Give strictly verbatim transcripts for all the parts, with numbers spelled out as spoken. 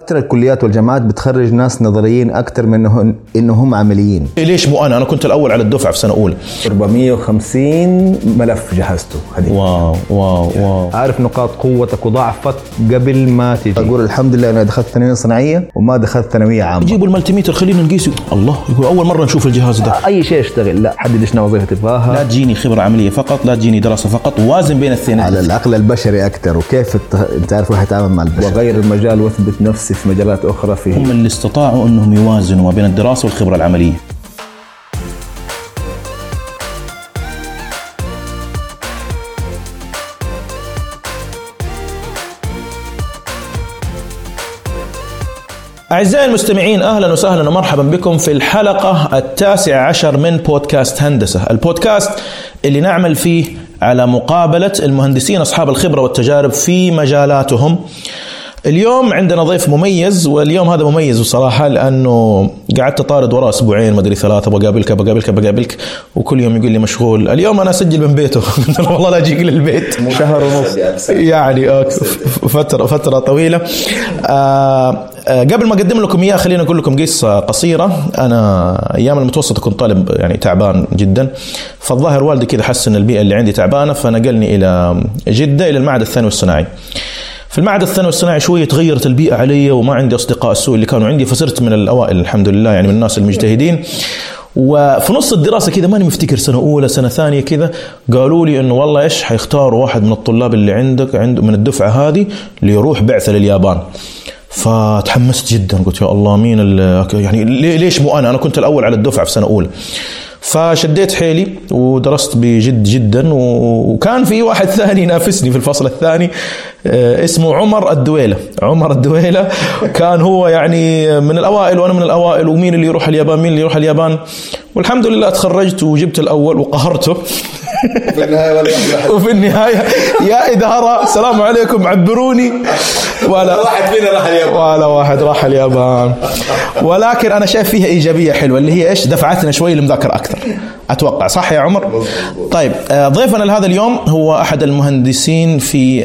أكثر الكليات والجامعات بتخرج ناس نظريين أكثر من إنه إنهم عمليين. ليش مو أنا أنا كنت الأول على الدفعة في سنة أولى. أربعمية وخمسين ملف جهزته هدي. واو واو واو. عارف نقاط قوتك وضعفك قبل ما تيجي. أقول الحمد لله أنا دخلت ثانوية صناعية وما دخلت ثانوية عامة. يجيبوا الملتيميتر خلينا نقيسه. الله يقول أول مرة نشوف الجهاز ده. أي شيء اشتغل لا حدد إيش وظيفة تبغاها. لا تجيني خبرة عملية فقط لا تجيني دراسة فقط وازن بين الاثنين. على العقل البشري أكثر وكيف الت... أنت عارف واحد يتعامل مع البشر. وغير المجال واثبت نفسي في مجالات أخرى فيه. هم اللي استطاعوا أنهم يوازنوا ما بين الدراسة والخبرة العملية. أعزائي المستمعين أهلا وسهلا ومرحبا بكم في الحلقة التاسعة عشر من بودكاست هندسة، البودكاست اللي نعمل فيه على مقابلة المهندسين أصحاب الخبرة والتجارب في مجالاتهم. اليوم عندنا ضيف مميز، واليوم هذا مميز بصراحة لأنه قعدت أطارد وراء أسبوعين ما أدري ثلاثة بقابلك بقابلك بقابلك وكل يوم يقول لي مشغول. اليوم أنا أسجل من بيته قلت له والله لا أجيك للبيت شهر ونص يعني فترة فترة طويلة. آه قبل ما أقدم لكم إياه خلينا أقول لكم قصة قصيرة. أنا أيام المتوسطة كنت طالب يعني تعبان جدا، فالظاهر والدي كذا حس إن البيئة اللي عندي تعبانة فنقلني إلى جدة إلى المعهد الثانوي الصناعي. في المعهد الثانوي الصناعي شوية تغيرت البيئة علي وما عندي أصدقاء السوء اللي كانوا عندي، فصرت من الأوائل الحمد لله يعني من الناس المجتهدين. وفي نص الدراسة كذا ماني مفتكر سنة أولى سنة ثانية كذا قالوا لي إنه والله إيش حيختاروا واحد من الطلاب اللي عندك عنده من الدفعة هذه اللي يروح بعثة لليابان. فتحمست جدا قلت يا الله مين يعني ليش مو أنا أنا كنت الأول على الدفعة في سنة أولى. فشديت حيلي ودرست بجد جدا، وكان في واحد ثاني ينافسني في الفصل الثاني اسمه عمر الدويلة. عمر الدويلة كان هو يعني من الأوائل وأنا من الأوائل، ومين اللي يروح اليابان مين اللي يروح اليابان. والحمد لله اتخرجت وجبت الأول وقهرته في النهاية وفي النهاية يا إدارة السلام عليكم عبروني ولا واحد فينا راح اليابان ولا واحد راح اليابان. ولكن أنا شايف فيها إيجابية حلوة اللي هي إيش دفعتنا شوي للمذاكرة أكثر أتوقع، صح يا عمر؟ طيب ضيفنا لهذا اليوم هو أحد المهندسين في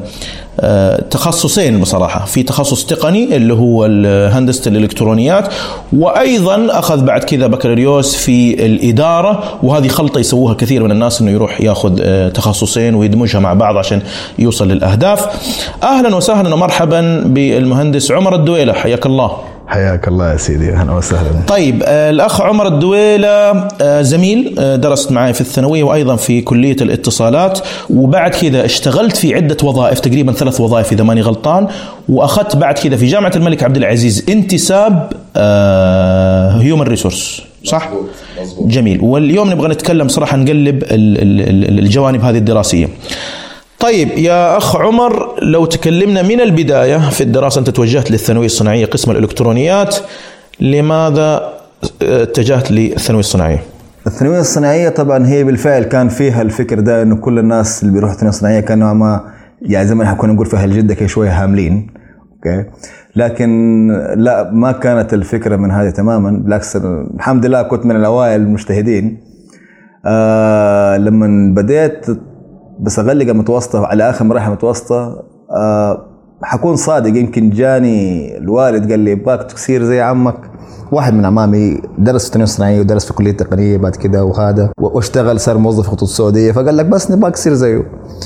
تخصصين بصراحة، في تخصص تقني اللي هو هندسة الإلكترونيات، وأيضا أخذ بعد كذا بكالوريوس في الإدارة، وهذه خلطة يسووها كثير من الناس إنه يروح يأخذ تخصصين ويدمجها مع بعض عشان يوصل للأهداف. أهلا وسهلا ومرحبا بالمهندس عمر الدويلة، حياك الله. حياك الله يا سيدي، أهلا وسهلا. طيب الأخ عمر الدويلة زميل درست معي في الثانوية وأيضا في كلية الاتصالات، وبعد كذا اشتغلت في عدة وظائف تقريبا ثلاث وظائف إذا ماني غلطان، وأخذت بعد كذا في جامعة الملك عبد العزيز انتساب هيومن ريسورس، صح؟ مزبوط. جميل. واليوم نبغى نتكلم صراحة نقلب الجوانب هذه الدراسية. طيب يا أخ عمر لو تكلمنا من البداية في الدراسة، أنت توجهت للثانوية الصناعية قسم الإلكترونيات، لماذا اتجهت للثانوية الصناعية؟ الثانوية الصناعية طبعا هي بالفعل كان فيها الفكر ده إنه كل الناس اللي بيروحوا الثانوية الصناعية كانوا ما يعني زي ما كنا نقول فيها الجدة كي شوية هاملين، أوكي، لكن لا ما كانت الفكرة من هذه تماما، بالعكس الحمد لله كنت من الأوائل المجتهدين. آه لما بديت بس أغلق المتوسطة على آخر مراحل المتوسطة، أه حكون صادق، يمكن جاني الوالد قال لي باك تصير زي عمك. واحد من عمامي درس في الثانوية الصناعية ودرس في كلية تقنية بعد كده وهذا واشتغل صار موظف في خطوط السعودية، فقال لك بس نباك تصير زيه.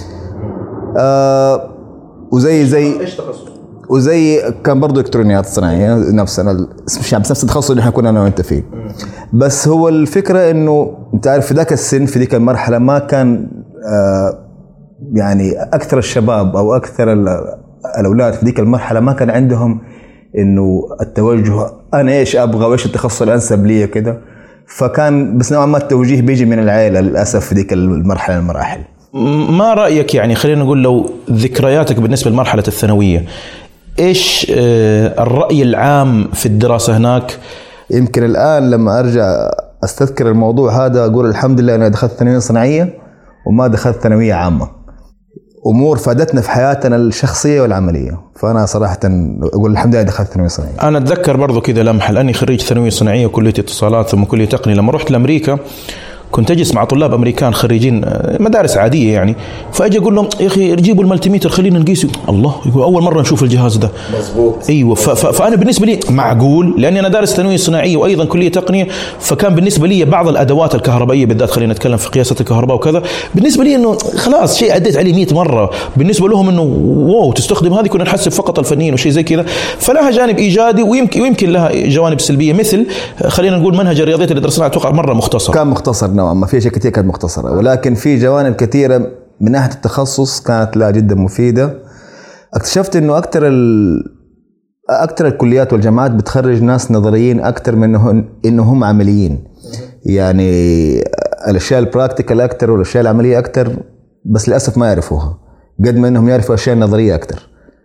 أه وزي زي وزي كان برضو إلكترونيات صناعية نفس أنا مش نفس التخصص اللي احنا كنا أنا وأنت فيه. بس هو الفكرة إنه أنت عارف في ذاك السن في ذيك المرحلة ما كان أه يعني أكثر الشباب أو أكثر الأولاد في ذيك المرحلة ما كان عندهم إنه التوجه أنا إيش أبغى وإيش التخصص الأنسب لي كده، فكان بس نوعا ما التوجيه بيجي من العائلة للأسف في ذيك المرحلة المراحل. ما رأيك يعني خلينا نقول لو ذكرياتك بالنسبة لمرحلة الثانوية، إيش الرأي العام في الدراسة هناك؟ يمكن الآن لما أرجع أستذكر الموضوع هذا أقول الحمد لله أنا دخلت ثانوية صناعية وما دخلت ثانوية عامة، أمور فادتنا في حياتنا الشخصية والعملية، فأنا صراحة أقول الحمد لله دخلت ثانوية صناعية. أنا أتذكر برضو كذا لمحة لأني خريج ثانوية صناعية وكلية اتصالات ثم كلية تقنية. لما رحت لأمريكا كنت أجلس مع طلاب أمريكان خريجين مدارس عادية يعني، فأجي أقول لهم يا أخي جيبوا الملتيميتر خلينا نقيس، الله يقول أول مرة نشوف الجهاز ده. مظبوط. أيوة. فأنا بالنسبة لي معقول، لأني أنا دارس ثانوية صناعية وأيضا كلية تقنية، فكان بالنسبة لي بعض الأدوات الكهربائية بالذات، خلينا نتكلم في قياسات الكهرباء وكذا، بالنسبة لي إنه خلاص شيء أديت عليه مئة مرة، بالنسبة لهم إنه واو تستخدم هذه كنا نحسب فقط الفنيين وشيء زي كذا. فلها جانب إيجابي ويمكن ويمكن لها جوانب سلبية، مثل خلينا نقول منهج الرياضيات اللي درسناه أتوقع مرة مختصر، كان مختصر نوعا ما، في أشياء كثير كانت مختصرة، ولكن في جوانب كثيرة من ناحية التخصص كانت لا جدا مفيدة. اكتشفت إنه أكثر ال أكثر الكليات والجامعات بتخرج ناس نظريين أكثر من إنهم عمليين، يعني الأشياء البراكتيكال أكثر والأشياء العملية أكثر، بس للأسف ما يعرفوها قد ما إنهم يعرفوا أشياء نظرية أكثر.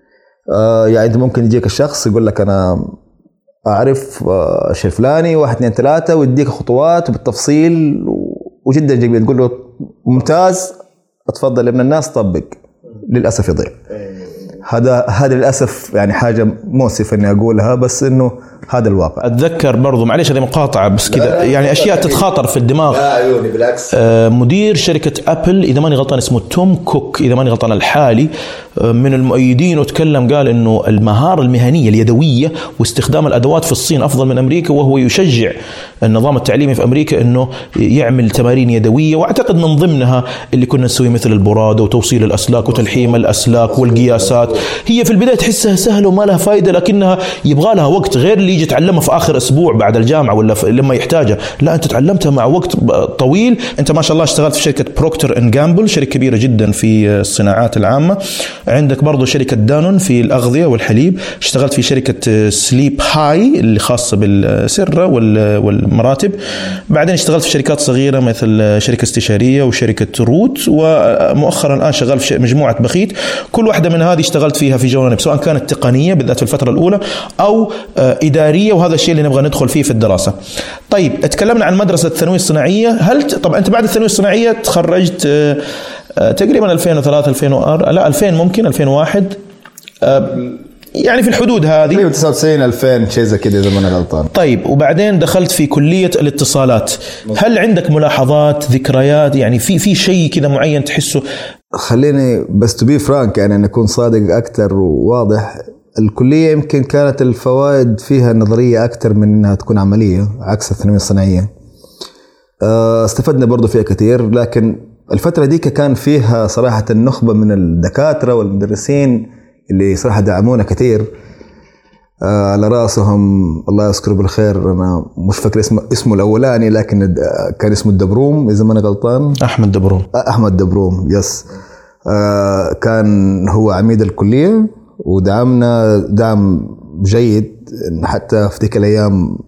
آه يعني أنت ممكن يجيك الشخص يقول لك أنا أعرف آه شيء فلاني واحد اثنين ثلاثة، ويديك خطوات بالتفصيل وجدا جميل، تقول له ممتاز اتفضل يا ابن الناس طبق، للأسف يضيع. هذا هذا للأسف يعني حاجة مؤسفة إني أقولها، بس إنه هذا الواقع. أتذكر برضو معليش هذه مقاطعة بس كذا يعني أشياء تتخاطر في الدماغ. لا عيوني بالعكس. آه مدير شركة أبل إذا ماني غلطان اسمه توم كوك، إذا ماني غلطان الحالي، آه من المؤيدين، وتكلم قال إنه المهارة المهنية اليدوية واستخدام الأدوات في الصين أفضل من أمريكا، وهو يشجع النظام التعليمي في أمريكا إنه يعمل تمارين يدوية، وأعتقد من ضمنها اللي كنا نسوي مثل البرادة وتوصيل الأسلاك وتلحيم الأسلاك والقياسات. هي في البداية تحسها سهلة وما لها فائدة، لكنها يبغى لها وقت، غير اللي يجي تعلمها في آخر أسبوع بعد الجامعة ولا لما يحتاجها، لا أنت تعلمتها مع وقت طويل. أنت ما شاء الله اشتغلت في شركة بروكتر اند جامبل، شركة كبيرة جدا في الصناعات العامة. عندك برضو شركة دانون في الأغذية والحليب، اشتغلت في شركة سليب هاي اللي خاصة بالسرة والمراتب. بعدين اشتغلت في شركات صغيرة مثل شركة استشارية وشركة روت، ومؤخرا الآن شغال في مجموعة بخيت. كل واحدة من هذه اشتغلت فيها في جوانب سواء كانت تقنية بالذات في الفترة الأولى أو إدارية، وهذا الشيء اللي نبغى ندخل فيه في الدراسة. طيب اتكلمنا عن مدرسة الثانوية الصناعية. هل طبعا أنت بعد الثانوية الصناعية تخرجت تقريبا ألفين وثلاثة ألفين وأربعة لا ألفين ممكن ألفين وواحد يعني في الحدود هذه، تسعة وتسعين ألفين شيء زي كده إذا ما أنا غلطان. طيب وبعدين دخلت في كلية الاتصالات. هل عندك ملاحظات ذكريات يعني في في شيء كذا معين تحسه؟ خليني بس تبي فرانك يعني نكون صادق أكتر وواضح. الكلية يمكن كانت الفوائد فيها نظرية أكتر من أنها تكون عملية عكس الثانوية الصناعية. استفدنا برضو فيها كثير، لكن الفترة دي كان فيها صراحة النخبة من الدكاترة والمدرسين اللي صراحة دعمونا كثير، على رأسهم الله يذكره بالخير، أنا مش فاكر اسمه اسمه الأولاني لكن كان اسمه الدبروم إذا ما أنا غلطان، أحمد دبروم. أحمد دبروم يس. كان هو عميد الكلية ودعمنا دعم جيد، حتى في تلك الأيام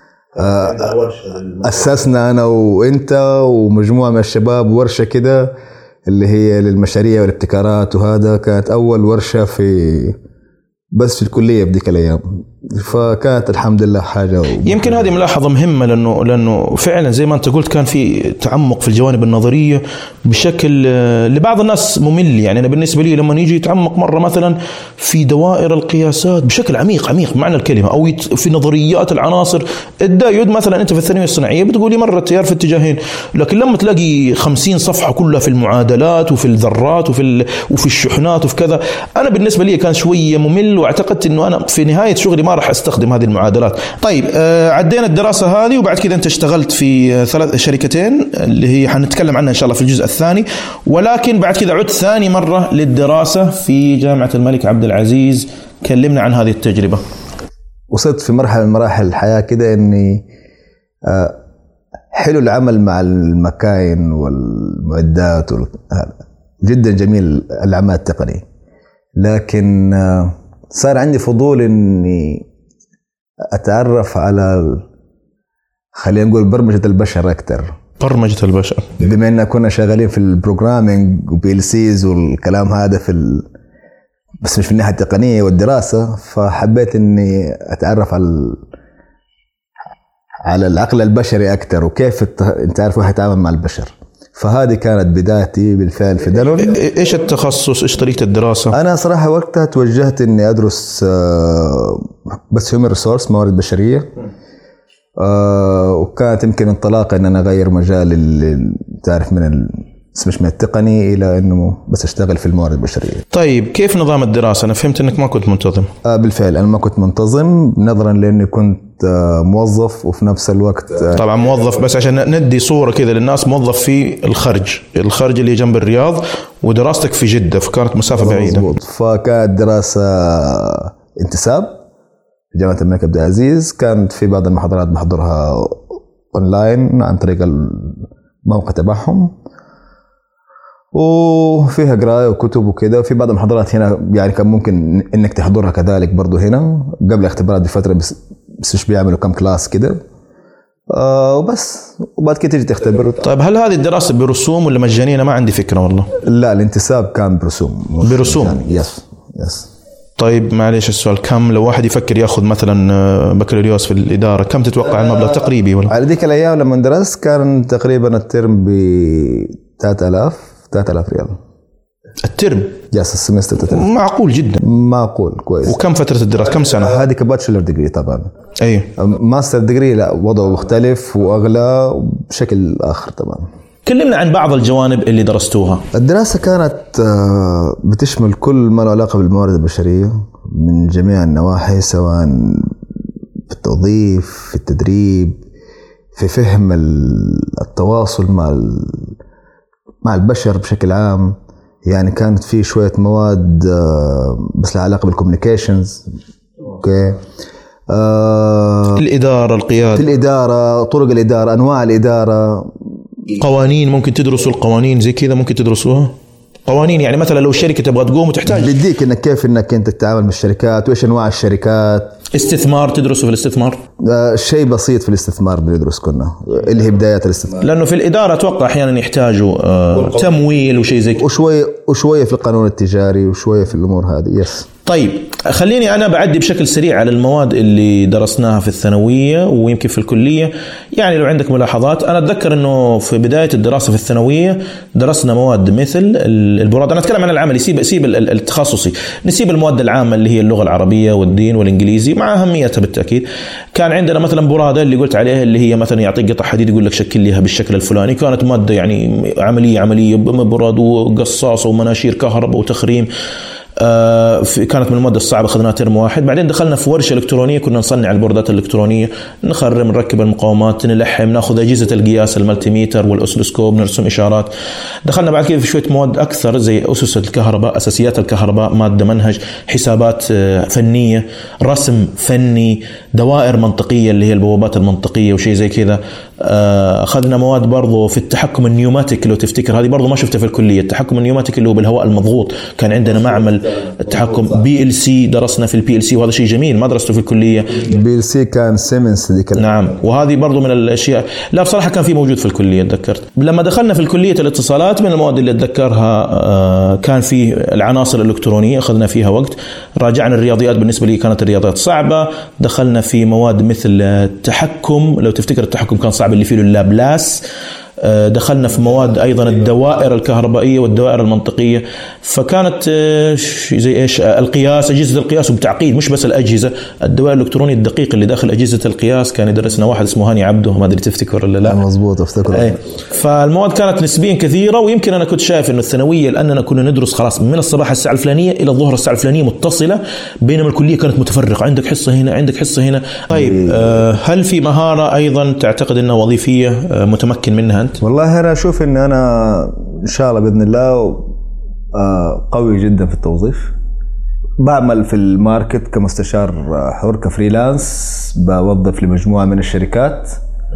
أسسنا أنا وإنت ومجموعة من الشباب ورشة كده اللي هي للمشاريع والابتكارات، وهذا كانت أول ورشة في بس في الكلية بديك الأيام، فكانت الحمد لله حاجة. يمكن هذه ملاحظة مهمة، لأنه لأنه فعلا زي ما أنت قلت كان في تعمق في الجوانب النظرية بشكل لبعض الناس ممل. يعني أنا بالنسبة لي لما يجي يتعمق مرة مثلا في دوائر القياسات بشكل عميق عميق معنى الكلمة، أو في نظريات العناصر الدايود مثلا، أنت في الثانوية الصناعية بتقولي مرة التيار في اتجاهين، لكن لما تلاقي خمسين صفحة كلها في المعادلات وفي الذرات وفي وفي الشحنات وفي كذا، أنا بالنسبة لي كان شوية ممل، واعتقدت إنه أنا في نهاية شغلي ما راح استخدم هذه المعادلات. طيب آه عدينا الدراسة هذه، وبعد كده انت اشتغلت في ثلاث شركتين اللي هي حنتكلم عنها ان شاء الله في الجزء الثاني، ولكن بعد كده عدت ثاني مرة للدراسة في جامعة الملك عبد العزيز. كلمنا عن هذه التجربة. وصلت في مرحلة من مراحل الحياة كده اني آه حلو العمل مع المكاين والمعدات وال... جدا جميل العمل التقني، لكن آه صار عندي فضول اني اتعرف على خلينا نقول برمجة البشر اكثر. برمجة البشر بما ان كنا شغالين في البروجرامينج وبي ال سيز والكلام هذا في ال... بس مش في الناحية التقنية والدراسة، فحبيت اني اتعرف على على العقل البشري اكثر وكيف الت... انت عارف واحد يتعامل مع البشر. فهذه كانت بدايتي بالفعل في دانون. ايش التخصص، ايش طريقة الدراسة؟ انا صراحة وقتها توجهت اني ادرس بس هيومن ريسورس، موارد بشرية، وكانت يمكن انطلاقة ان انا اغير مجال اللي تعرف من مش من التقني الى انه بس اشتغل في الموارد البشريه. طيب كيف نظام الدراسه؟ انا فهمت انك ما كنت منتظم. آه بالفعل انا ما كنت منتظم نظرا لاني كنت آه موظف وفي نفس الوقت آه طبعا موظف، بس عشان ندي صوره كذا للناس، موظف في الخرج الخرج اللي جنب الرياض، ودراستك في جده، فكانت مسافه بعيده. مضبوط. فكانت دراسه انتساب في جامعه الملك عبد العزيز، كانت في بعض المحاضرات بحضرها اونلاين عن طريق الموقع تبعهم، وفيها قراءة وكتب وكده، وفي بعض المحاضرات هنا يعني كان ممكن انك تحضرها كذلك برضو هنا قبل اختبارات بفترة، بس بس مش بيعملوا كم كلاس كده آه وبس، وبعد كده تيجي تختبر. طيب هل هذه الدراسة برسوم ولا مجانية؟ أنا ما عندي فكرة والله. لا الانتساب كان برسوم. برسوم يعني يس يس. طيب معليش السؤال، كم لو واحد يفكر ياخذ مثلا بكالوريوس في الإدارة كم تتوقع المبلغ تقريبي؟ ولا على ذيك الأيام لما درست كان تقريبا الترم ب ثلاثة آلاف ثلاثة آلاف ريال الترم. يس السمستر ثلاثة آلاف. معقول جدا. معقول كويس. وكم فترة الدراسة؟ كم سنة؟ هذه كباتشلر ديجري طبعا. أي ماستر ديجري لا وضعه مختلف وأغلى بشكل آخر طبعا. كلمنا عن بعض الجوانب اللي درستوها. الدراسة كانت بتشمل كل ما له علاقة بالموارد البشرية من جميع النواحي، سواء في التوظيف، في التدريب، في فهم التواصل مع مع البشر بشكل عام. يعني كانت في شوية مواد بس لها علاقة بالكوميونيكيشنز، اوكي، آه الإدارة، القيادة، الإدارة، طرق الإدارة، أنواع الإدارة، قوانين، ممكن تدرسوا القوانين زي كذا، ممكن تدرسوها قوانين. يعني مثلا لو الشركة تبغى تقوم وتحتاج بديك انك كيف انك انت تتعامل مع الشركات وايش انواع الشركات. استثمار، تدرسوا في الاستثمار؟ آه شيء بسيط في الاستثمار بندرس كنا اللي هي بدايات الاستثمار، لانه في الإدارة اتوقع احيانا يحتاجوا آه تمويل وشيء زي كذا، وشوية وشوية في القانون التجاري وشوية في الامور هذه. يس. طيب خليني أنا بعدي بشكل سريع على المواد اللي درسناها في الثانوية ويمكن في الكلية. يعني لو عندك ملاحظات، أنا أتذكر أنه في بداية الدراسة في الثانوية درسنا مواد مثل البراد. أنا أتكلم عن العمل، يسيب يسيب التخصصي، نسيب المواد العامة اللي هي اللغة العربية والدين والإنجليزي مع أهميتها بالتأكيد. كان عندنا مثلا برادة اللي قلت عليها، اللي هي مثلا يعطيك قطع حديد يقول لك شكل ليها بالشكل الفلاني، كانت مادة يعني عملية عملية براد وقصاص ومناشير كهرباء وتخريم. آه كانت من المواد الصعبة، أخذناها ترم واحد. بعدين دخلنا في ورشة إلكترونية، كنا نصنع البوردات الإلكترونية، نخرم، نركب المقاومات، نلحم، ناخذ أجهزة القياس، الملتيميتر والأوسلوسكوب، نرسم إشارات. دخلنا بعد كده في شوية مواد أكثر زي أسس الكهرباء، أساسيات الكهرباء، مادة منهج، حسابات آه فنية، رسم فني، دوائر منطقية اللي هي البوابات المنطقية وشيء زي كذا. آه أخذنا مواد برضو في التحكم النيوماتيك، لو تفتكر هذه برضو ما شفتها في الكلية. التحكم النيوماتيك اللي هو بالهواء المضغوط، كان عندنا معمل التحكم. بي ال سي درسنا في البي ال سي، وهذا شيء جميل ما درسته في الكليه. بي ال سي كان سيمنز ذيك. نعم، وهذه برضو من الاشياء، لا بصراحه كان في موجود في الكليه. تذكرت لما دخلنا في الكليه الاتصالات، من المواد اللي اتذكرها كان في العناصر الالكترونيه، اخذنا فيها وقت. راجعنا الرياضيات، بالنسبه لي كانت الرياضيات صعبه. دخلنا في مواد مثل التحكم، لو تفتكر التحكم كان صعب اللي فيه اللابلاس. دخلنا في مواد أيضا الدوائر الكهربائية والدوائر المنطقية. فكانت زي إيش القياس، أجهزة القياس وبتعقيد، مش بس الأجهزة، الدوائر الإلكترونية الدقيق اللي داخل أجهزة القياس. كان يدرسنا واحد اسمه هاني عبده، ما أدري تفتكر ولا لا؟ مظبوط أفتكر. أي. فالمواد كانت نسبيا كثيرة، ويمكن أنا كنت شايف إنه الثانوية لأننا كنا ندرس خلاص من الصباح الساعة الفلانية إلى الظهر الساعة الفلانية متصلة، بينما الكلية كانت متفرقة، عندك حصة هنا عندك حصة هنا. طيب هل في مهارة أيضا تعتقد أنها وظيفية متمكن منها أنت؟ والله أنا أشوف إن أنا إن شاء الله بإذن الله قوي جدا في التوظيف. بعمل في الماركت كمستشار حر كفريلانس، بوظف لمجموعة من الشركات،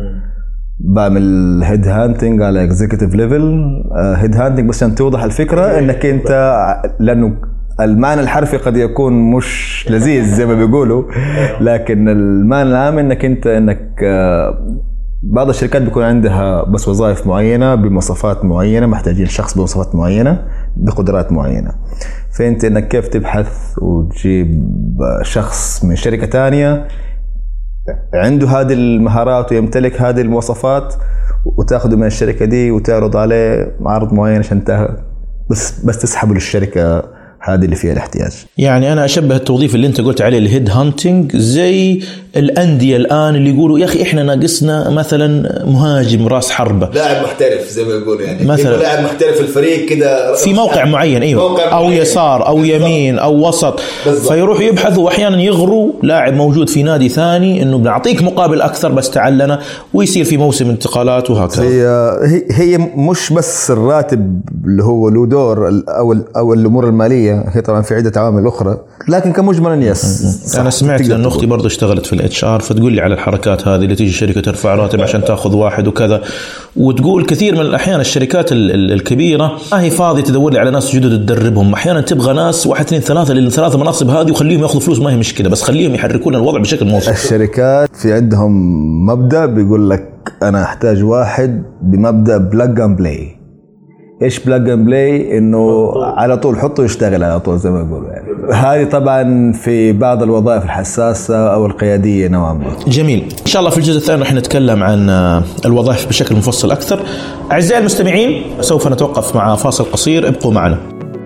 بعمل هيد هانتنج على اكزيكتيف ليفل. هيد هانتنج بس عشان توضح الفكرة انك انت، لانه المعنى الحرفي قد يكون مش لذيذ زي ما بيقولوا، لكن المعنى العام انك انت انك بعض الشركات بيكون عندها بس وظائف معينة بمواصفات معينة، محتاجين شخص بمواصفات معينة بقدرات معينة. فانت انك كيف تبحث وتجيب شخص من شركة تانية عنده هذه المهارات ويمتلك هذه المواصفات، وتاخده من الشركة دي وتعرض عليه عرض معين عشان بس بس تسحبه للشركة هذه اللي فيها الاحتياج. يعني أنا أشبه التوظيف اللي أنت قلت عليه الهيد هانتينج زي الأندية الآن اللي يقولوا يا أخي إحنا ناقصنا مثلا مهاجم راس حربة، لاعب محترف زي ما يقولوا، يعني مثلا لاعب محترف الفريق كده في موقع معين، أيوة موقع أو معين. يسار أو بالضبط. يمين أو وسط، فيروح يبحثوا وأحيانا يغروا لاعب موجود في نادي ثاني إنه بنعطيك مقابل أكثر بس تعلنا، ويصير في موسم انتقالات وهكذا. هي هي مش بس الراتب اللي هو له دور أو أو الأمور المالية، هي طبعا في عدة عوامل أخرى، لكن كمجمل يس. أنا سمعت لأن أختي برضو اشتغلت في الاتش ار، فتقول لي على الحركات هذه اللي تيجي الشركة ترفع راتب عشان تأخذ واحد وكذا، وتقول كثير من الأحيان الشركات الكبيرة ما هي فاضية تدور لي على ناس جدد تدربهم، أحيانا تبغى ناس واحد اثنين ثلاثة للثلاثة مناصب هذه وخليهم يأخذوا فلوس، ما هي مشكلة، بس خليهم يحركون الوضع بشكل موثق. الشركات في عندهم مبدأ بيقول لك أنا أحتاج واحد بمبدأ بلاج اند بلاي. ايش بلاج اند بلاي؟ انه على طول حطه يشتغل على طول زي ما يقولوا يعني. هذه طبعا في بعض الوظائف الحساسه او القياديه نوعا ما. جميل. ان شاء الله في الجزء الثاني رح نتكلم عن الوظائف بشكل مفصل اكثر. اعزائي المستمعين سوف نتوقف مع فاصل قصير، ابقوا معنا.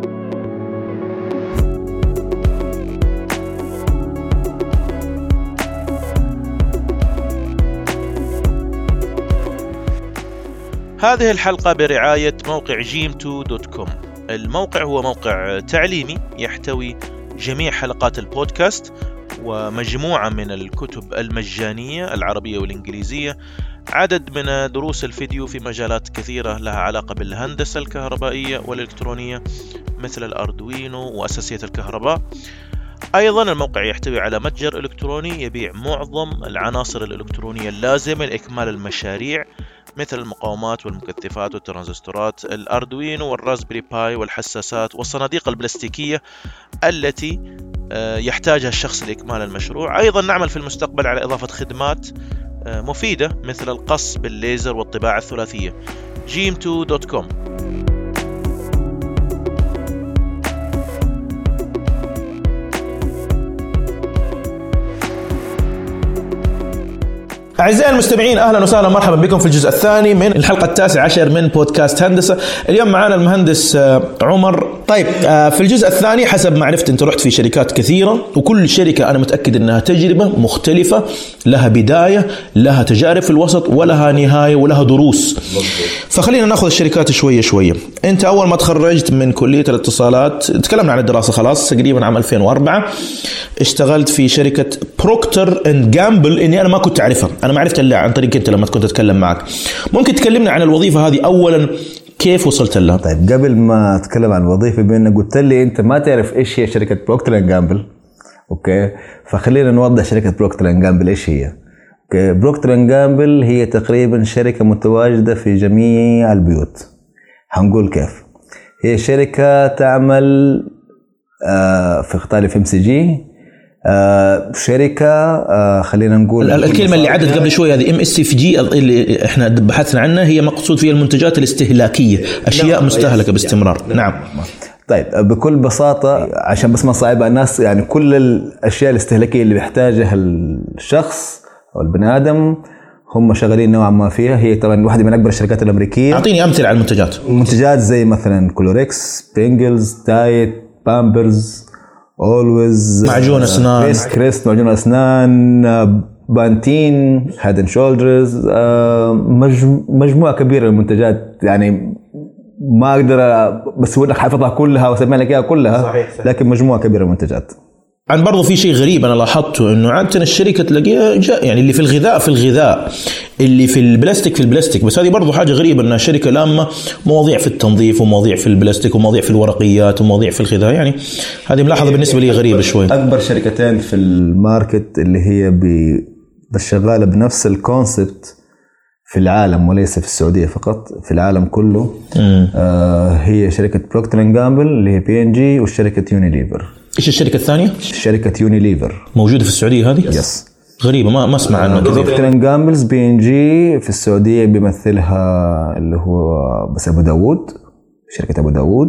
هذه الحلقة برعاية موقع جيم تو دوت كوم. الموقع هو موقع تعليمي يحتوي جميع حلقات البودكاست ومجموعة من الكتب المجانية العربية والإنجليزية، عدد من دروس الفيديو في مجالات كثيرة لها علاقة بالهندسة الكهربائية والإلكترونية مثل الأردوينو وأساسيات الكهرباء. أيضا الموقع يحتوي على متجر إلكتروني يبيع معظم العناصر الإلكترونية اللازمة لإكمال المشاريع مثل المقاومات والمكثفات والترانزستورات، الأردوينو والرازبري باي والحساسات والصناديق البلاستيكية التي يحتاجها الشخص لإكمال المشروع. أيضا نعمل في المستقبل على إضافة خدمات مفيدة مثل القص بالليزر والطباعة الثلاثية. جيم تو دوت كوم. أعزائي المستمعين أهلا وسهلا مرحبا بكم في الجزء الثاني من الحلقة التاسع عشر من بودكاست هندسة. اليوم معنا المهندس عمر. طيب في الجزء الثاني حسب ما عرفت أنت رحت في شركات كثيرة، وكل شركة أنا متأكد أنها تجربة مختلفة، لها بداية لها تجارب في الوسط ولها نهاية ولها دروس. فخلينا نأخذ الشركات شوية شوية. أنت أول ما تخرجت من كلية الاتصالات، تكلمنا عن الدراسة خلاص تقريبا عام ألفين وأربعة، اشتغلت في شركة بروكتر اند جامبل. إني أنا ما كنت أعرفها، أنا ما عرفت إلا عن طريق أنت لما كنت أتكلم معك. ممكن تكلمنا عن الوظيفة هذه أولا، كيف وصلت لها؟ طيب قبل ما أتكلم عن الوظيفة، بأنك قلت لي أنت ما تعرف إيش هي شركة بروكتر اند جامبل، أوكي، فخلينا نوضح شركة بروكتر اند جامبل إيش هي. أوكي، بروكتر اند جامبل هي تقريبا شركة متواجدة في جميع البيوت. هنقول كيف. هي شركة تعمل في قطاع الاف ام سي جي. آه شركة آه خلينا نقول الكلمة اللي عدت قبل شوي هذه ام اس اف جي اللي احنا بحثنا عنها، هي مقصود فيها المنتجات الاستهلاكية، اشياء نعم. مستهلكة باستمرار. نعم. طيب بكل بساطة عشان بس ما صعب الناس، يعني كل الاشياء الاستهلاكية اللي بيحتاجها الشخص او البني ادم هم شغالين نوعا ما فيها. هي طبعا واحدة من اكبر الشركات الامريكية. اعطيني امثلة على المنتجات. منتجات زي مثلا كلوريكس، برينجلز، تايت، بامبرز، اولويز، معجون اسنان، كريست كريست معجون اسنان، بانتين، هيد اند شولدرز، مجموعه كبيره من المنتجات. يعني ما اقدر بس اقول لك حافظها كلها واسمع لك اياها كلها. صحيح صحيح. لكن مجموعه كبيره من المنتجات. عن برضو في شيء غريب أنا لاحظته، إنه عادة الشركة تلاقيها يعني اللي في الغذاء في الغذاء، اللي في البلاستيك في البلاستيك. بس هذه برضو حاجة غريبة، إنها شركة لامة مواضيع في التنظيف ومواضيع في البلاستيك ومواضيع في الورقيات ومواضيع في الغذاء. يعني هذه ملاحظة بالنسبة لي غريبة شوي. أكبر شركتين في الماركت اللي هي بالشغالة بنفس الكونسبت في العالم وليس في السعودية فقط، في العالم كله. آه هي شركة بروكتر اند جامبل اللي هي بي ان جي، والشركة يونيليفر. إيش الشركة الثانية؟ شركة يونيليفر موجودة في السعودية هذه؟ يس. غريبة، ما ما اسمع عنها كثير. بروكتر اند جامبلز بي ان جي في السعودية بيمثلها اللي هو بس أبو داود، شركة أبو داود.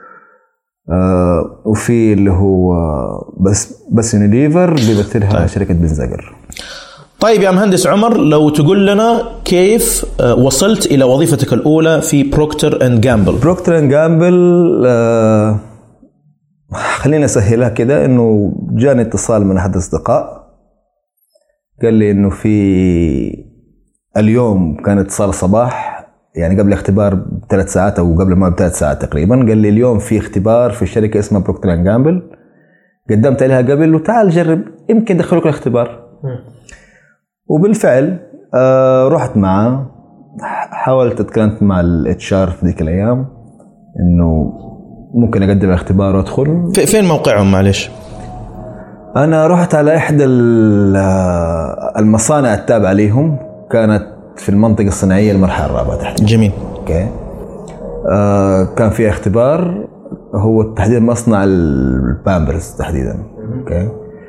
آه وفي اللي هو بس بس يونيليفر بيمثلها طيب. شركة بنزاجر. طيب يا مهندس عمر، لو تقول لنا كيف وصلت إلى وظيفتك الأولى في بروكتر اند جامبل؟ بروكتر اند جامبل خلينا أسهلها كده، إنه جاني اتصال من أحد الأصدقاء قال لي إنه في اليوم كان اتصال الصباح يعني قبل اختبار بثلاث ساعات أو قبل ما بثلاث ساعات تقريبا، قال لي اليوم في اختبار في شركة اسمها بروكتر اند جامبل قدمت عليها قبل وتعال جرب يمكن دخلوك الاختبار. وبالفعل آه رحت معه، حاولت اتكلمت مع الاتش ار في ذيك الايام انه ممكن اقدم الاختبار وادخل. فين موقعهم معلش؟ انا رحت على احدى المصانع التابعه ليهم، كانت في المنطقه الصناعيه المرحله الرابعه تحديدا. جميل. اوكي. آه كان في اختبار، هو تحديدا مصنع البامبرز تحديدا. اوكي.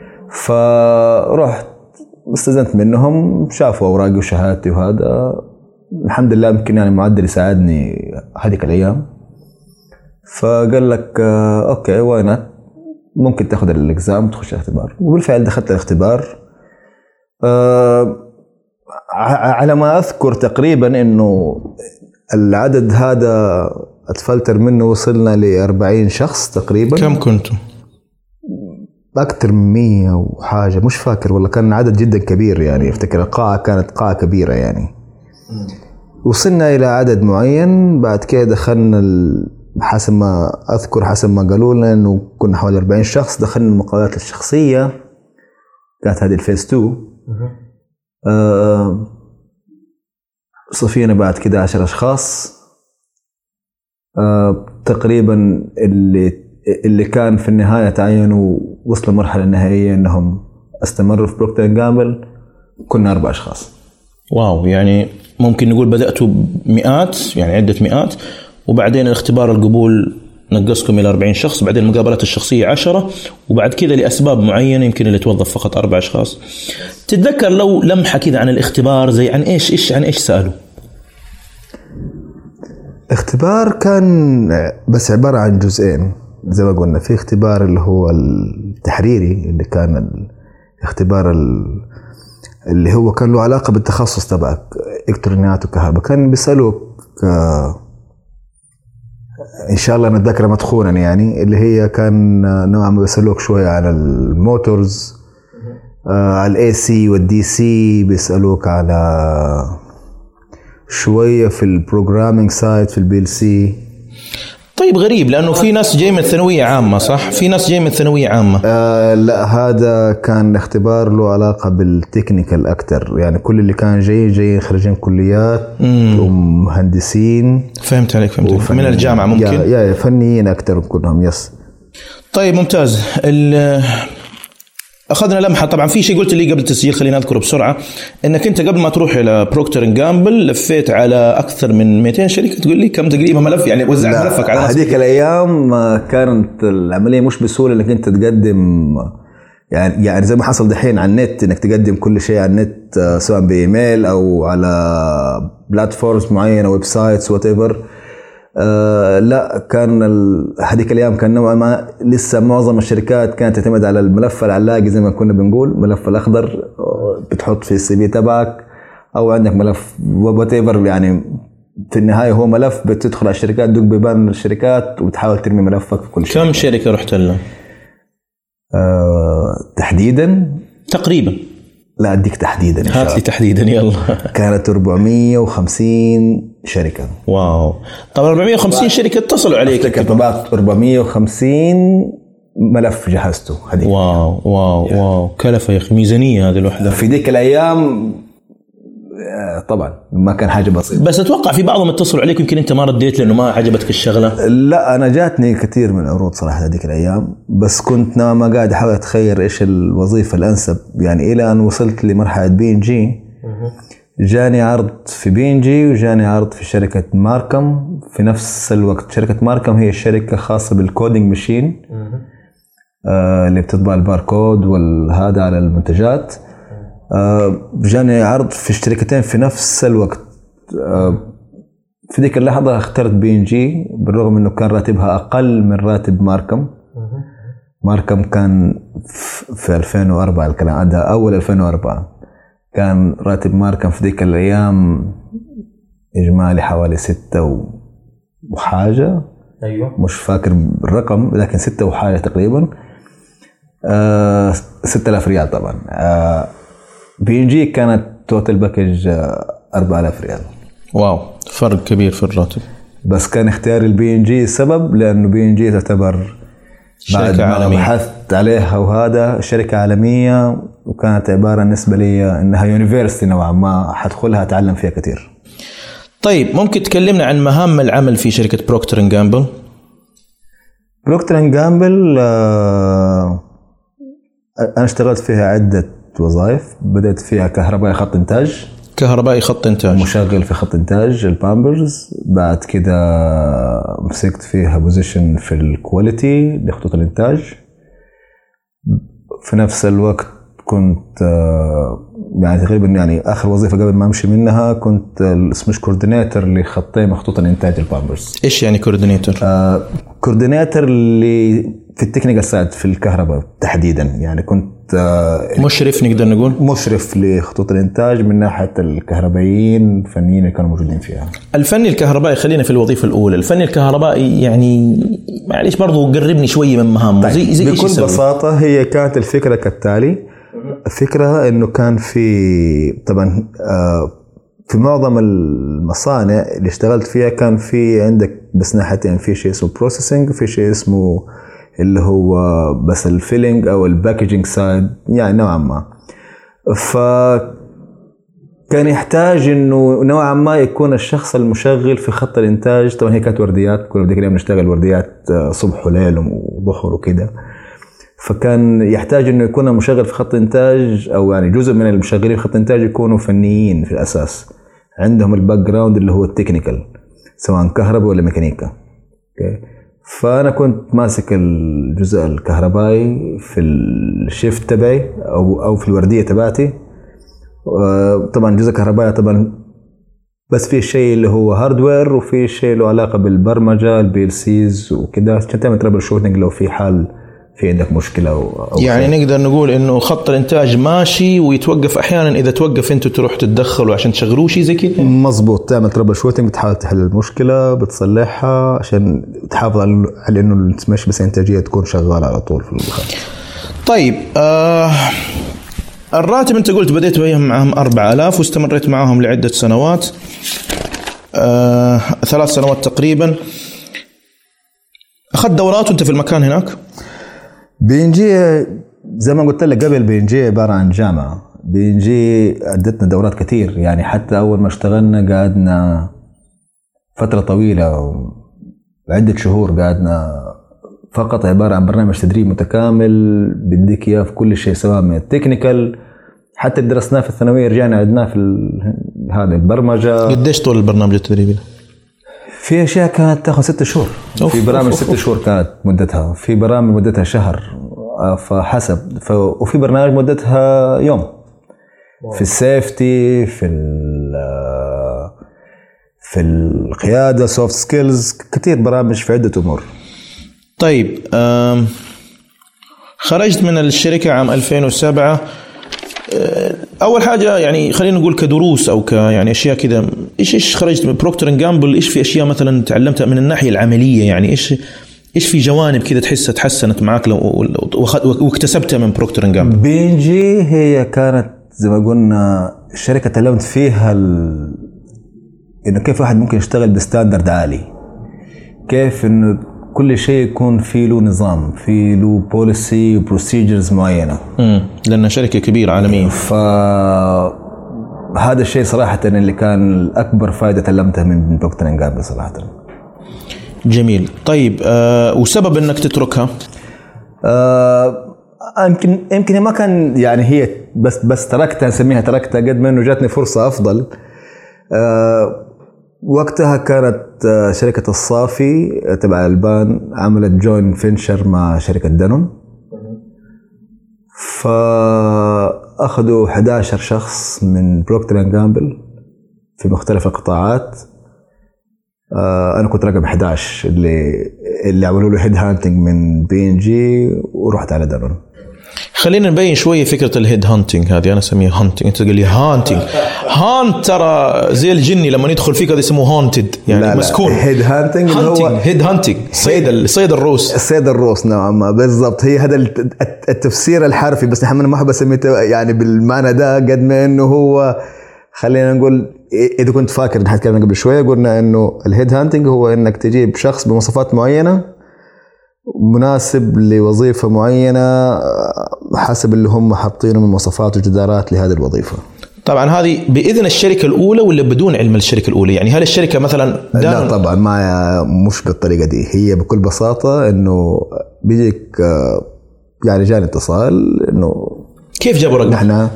فرحت استاذنت منهم، شافوا اوراقي وشهادتي وهذا، الحمد لله يمكن يعني معدل يساعدني هذيك الايام. فقال لك آه اوكي وين ممكن تاخذ الاكزام وتخش الاختبار. وبالفعل دخلت الاختبار. آه على ما اذكر تقريبا انه العدد هذا اتفلتر منه وصلنا لأربعين شخص تقريبا. كم كنتم؟ أكثر من مية وحاجة، مش فاكر والله، كان عدد جدا كبير يعني. افتكر القاعة كانت قاعة كبيرة يعني. وصلنا إلى عدد معين، بعد كده دخلنا حسب ما أذكر حسب ما قالوا لنا إنه كنا حوالي أربعين شخص. دخلنا المقابلات الشخصية، كانت هذه الفيس تو. آه صفينا بعد كده عشر أشخاص. آه تقريبا اللي اللي كان في النهاية تعينوا وصلوا المرحلة النهائية انهم استمروا في بروكتر اند جامبل، كنا اربع اشخاص. واو، يعني ممكن نقول بدأتوا بمئات، يعني عدة مئات، وبعدين الاختبار القبول نقصكم الى أربعين شخص، بعدين المقابلات الشخصية عشرة، وبعد كذا لأسباب معينة يمكن اللي توظف فقط اربع اشخاص. تتذكر لو لمحة كذا عن الاختبار، زي عن ايش ايش عن ايش سألوا؟ اختبار كان بس عبارة عن جزئين زي ما قلنا. في اختبار اللي هو التحريري اللي كان الاختبار اللي هو كان له علاقة بالتخصص تبعك، الكترونيات وكهرباء. كان بيسألوك ان شاء الله نتذكر مدخونا يعني، اللي هي كان نوعا ما بيسألوك شوية على الموتورز، على الاي سي والدي سي، بيسألوك على شوية في البروجرامينج سايد في البي ال سي. طيب غريب، لأنه في ناس جاي من ثانوية عامة صح؟ في ناس جاي من ثانوية عامة. آه لا، هذا كان اختبار له علاقة بالتكنيكال أكتر، يعني كل اللي كان جاي جاي خريجين كليات ومهندسين. فهمت عليك فهمت عليك. من الجامعة ممكن؟ يا, يا فنيين أكتر كلهم. يس. طيب ممتاز. أخذنا لمحة. طبعا في شيء قلت لي قبل التسجيل خلينا أذكره بسرعة، إنك أنت قبل ما تروح إلى بروكتر اند جامبل لفيت على أكثر من مئتين شركة. تقول لي كم تقريبا ملف يعني وزعت ملفك على هذيك الأيام كانت العملية مش بسهولة إنك أنت تقدم يعني يعني زي ما حصل دحين على النت، إنك تقدم كل شيء على النت سواء بإيميل أو على بلاتفورمز معينة، ويب سايتس وات ايفر. آه لا، كان هذيك الايام كان نوعا ما لسه معظم الشركات كانت تعتمد على الملف العلاقي زي ما كنا بنقول، الملف الاخضر بتحط في السي في تبعك، او عندك ملف وات ايفر يعني. في النهايه هو ملف بتدخل على الشركات، دوق بيبان الشركات وتحاول ترمي ملفك في كل شيء. كم شركه رحت لها آه تحديدا؟ تقريبا لا اديك تحديدا ان شاء الله. هات لي تحديدا يلا. كانت أربعمية وخمسين شركه. واو. طبعا أربعمية وخمسين شركه اتصلوا عليك. طبعت أربعمية وخمسين ملف جهزته هذيك. واو واو يعني. واو كلفه يا اخي، ميزانيه هذه الوحده في ذيك الايام. طبعا ما كان حاجه بسيطه، بس اتوقع في بعضهم اتصلوا عليك يمكن انت ما رديت لانه ما عجبتك الشغله. لا انا جاتني كثير من العروض صراحه هذيك الايام، بس كنت نوعا ما قاعد احاول اتخير ايش الوظيفه الانسب يعني، الى ان وصلت لمرحله بي ان جي. جاني عرض في بي ان جي وجاني عرض في شركه ماركم في نفس الوقت. شركه ماركم هي الشركه خاصه بالكودينج ماشين آه اللي بتطبع الباركود والهذا على المنتجات. آه جاني عرض في الشركتين في نفس الوقت. آه في ذيك اللحظة اخترت بي ان جي بالرغم انه كان راتبها اقل من راتب ماركم. ماركم كان في ألفين وأربعة الكلام هذا، اول ألفين وأربعة كان راتب ماركم في ذيك الايام اجمالي حوالي ستة وحاجة. ايوه مش فاكر الرقم لكن ستة وحاجه تقريبا، آه ستة آلاف ريال طبعا. آه بي ان جي كانت توتال باكج آه أربعة آلاف ريال. واو فرق كبير في الراتب. بس كان اختيار البي ان جي سبب لانه بي ان جي تعتبر بعد ما بحثت عليها وهذا شركه عالميه، وكانت عباره بالنسبه لي انها يونيفرسيتي نوعا ما حدخلها اتعلم فيها كثير. طيب ممكن تكلمنا عن مهام العمل في شركه بروكتر اند جامبل؟ بروكتر اند جامبل آه انا اشتغلت فيها عده وظائف. بدأت فيها كهربائي خط انتاج. كهربائي خط انتاج، مشغل في خط انتاج البامبرز. بعد كده مسكت فيها بوزيشن في الكواليتي لخطوط الانتاج. في نفس الوقت كنت يعني تقريبا يعني اخر وظيفه قبل ما امشي منها كنت اسمه كوردينيتور لخطين خطوط الانتاج البامبرز. ايش يعني كوردينيتور؟ آه كوردينيتور اللي في التكنيكال سايد في الكهرباء تحديدا، يعني كنت آه مشرف نقدر نقول، مشرف لخطوط الانتاج من ناحيه الكهربائيين الفنيين اللي كانوا موجودين فيها. الفني الكهربائي، خلينا في الوظيفه الاولى. الفني الكهربائي يعني معليش برضو قربني شويه من مهامه. طيب زي زي بكل بساطه هي كانت الفكره كالتالي. الفكره انه كان في طبعا آه في معظم المصانع اللي اشتغلت فيها كان في عندك بس ناحيتين، في شيء اسمه بروسيسنج وفي شيء اسمه اللي هو بس الفيلينج او الباكجينج سايد يعني نوعا ما. فكان يحتاج انه نوعا ما يكون الشخص المشغل في خط الانتاج. طبعا هي كانت ورديات، كل ذيك اليوم نشتغل ورديات صبح وليل وظهر وكده، فكان يحتاج انه يكون مشغل في خط انتاج او يعني جزء من المشغلين في خط انتاج يكونوا فنيين في الاساس، عندهم الباك جراوند اللي هو التكنيكال سواء كهرباء ولا ميكانيكا. اوكي، فانا كنت ماسك الجزء الكهربائي في الشيفت تبعي او او في الورديه تبعتي. طبعا جزء كهربائي طبعا بس في شيء اللي هو هاردوير وفي شيء له علاقه بالبرمجه البي ال سيز وكده عشان تعمل ترابل شوتنج لو في حال في عندك مشكله أو, أو يعني خير. نقدر نقول انه خط الانتاج ماشي ويتوقف احيانا، اذا توقف انتوا تروح تتدخلوا عشان تشغلوه شيء زي كده. مزبوط، تعمل ترابل شوتنج، بتحاول تحل المشكله، بتصلحها عشان تحافظ على انه المش بس انتاجيه تكون شغاله على طول في الخط. طيب آه الراتب انت قلت بديت وياهم معهم أربعة آلاف واستمريت معهم لعده سنوات، آه ثلاث سنوات تقريبا. اخذت دورات وانت في المكان هناك؟ بي ان جي زي ما قلت لك قبل، بي ان جي عباره عن جامعه. بي ان جي ادتنا دورات كثير، يعني حتى اول ما اشتغلنا قعدنا فتره طويله عده شهور، قعدنا فقط عباره عن برنامج تدريب متكامل بيديك اياه في كل شيء سواء من التكنيكال حتى اللي درسناه في الثانويه رجعنا عدناه في هذا البرمجه. قديش طول البرنامج التدريبي؟ في اشياء كانت تاخذ ست شهور، في برامج ست شهور كانت مدتها، في برامج مدتها شهر فحسب ف... وفي برنامج مدتها يوم. في السيفتي، في ال في القياده، سوفت سكيلز، كثير برامج في عده امور. طيب خرجت من الشركه عام ألفين وسبعة. اول حاجه يعني خلينا نقول كدروس او ك يعني اشياء كذا، ايش ايش خرجت من بروكتر اند جامبل؟ ايش في اشياء مثلا تعلمتها من الناحيه العمليه؟ يعني ايش ايش في جوانب كذا تحسها تحسنت معك واكتسبتها من بروكتر اند جامبل؟ بي ان جي هي كانت زي ما قلنا الشركه تعلمت فيها ال... انه كيف واحد ممكن يشتغل بستاندرد عالي، كيف انه كل شيء يكون فيه له نظام، فيه له بوليسي وبروسيجرز معينه. امم لأنها شركه كبيره عالميه. فهذا الشيء صراحه اللي كان اكبر فائده تعلمتها من بروكتر اند جامبل صراحه. جميل. طيب آه وسبب انك تتركها؟ آه يمكن يمكن ما كان يعني هي بس بس تركتها، نسميها تركتها قد ما انه جاتني فرصه افضل. آه وقتها كانت شركة الصافي تبع البان عملت جوين فينشر مع شركة دانون، فأخذوا إحدى عشر شخص من بروكتر اند جامبل في مختلف القطاعات. أنا كنت رقم إحدى عشر اللي اللي عملوا له هيد هانتنج من بي ان جي ورحت على دانون. خلينا نبين شويه فكره الهيد هانتنج هذه، انا اسميها هانتنج، انت تقول لي هانتنج. هانت ترى زي الجني لما يدخل فيك هذا يسموه هانتد، يعني لا مسكون. هيد هانتنج هو هيد هانتنج، صيد صيد الروس، صيد الروس نوعا ما بالضبط. هي هذا التفسير الحرفي، بس نحن ما بسميه يعني بالمعنى ده قد ما انه هو، خلينا نقول اذا كنت فاكر نحن تكلمنا قبل شويه قلنا انه الهيد هانتنج هو انك تجيب شخص بمواصفات معينه مناسب لوظيفه معينه حسب اللي هم حاطينه من مواصفات وجدارات لهذه الوظيفه. طبعا هذه باذن الشركه الاولى ولا بدون علم الشركه الاولى؟ يعني هل الشركه مثلا لا طبعا ما مش بالطريقه دي، هي بكل بساطه انه بيجيك يعني جاني اتصال انه كيف جابوا رقم؟ نحن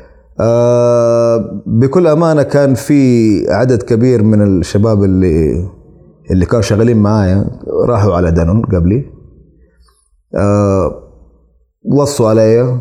آه بكل امانه كان في عدد كبير من الشباب اللي اللي كانوا شغالين معايا راحوا على دانون قبلي، آه وصوا علي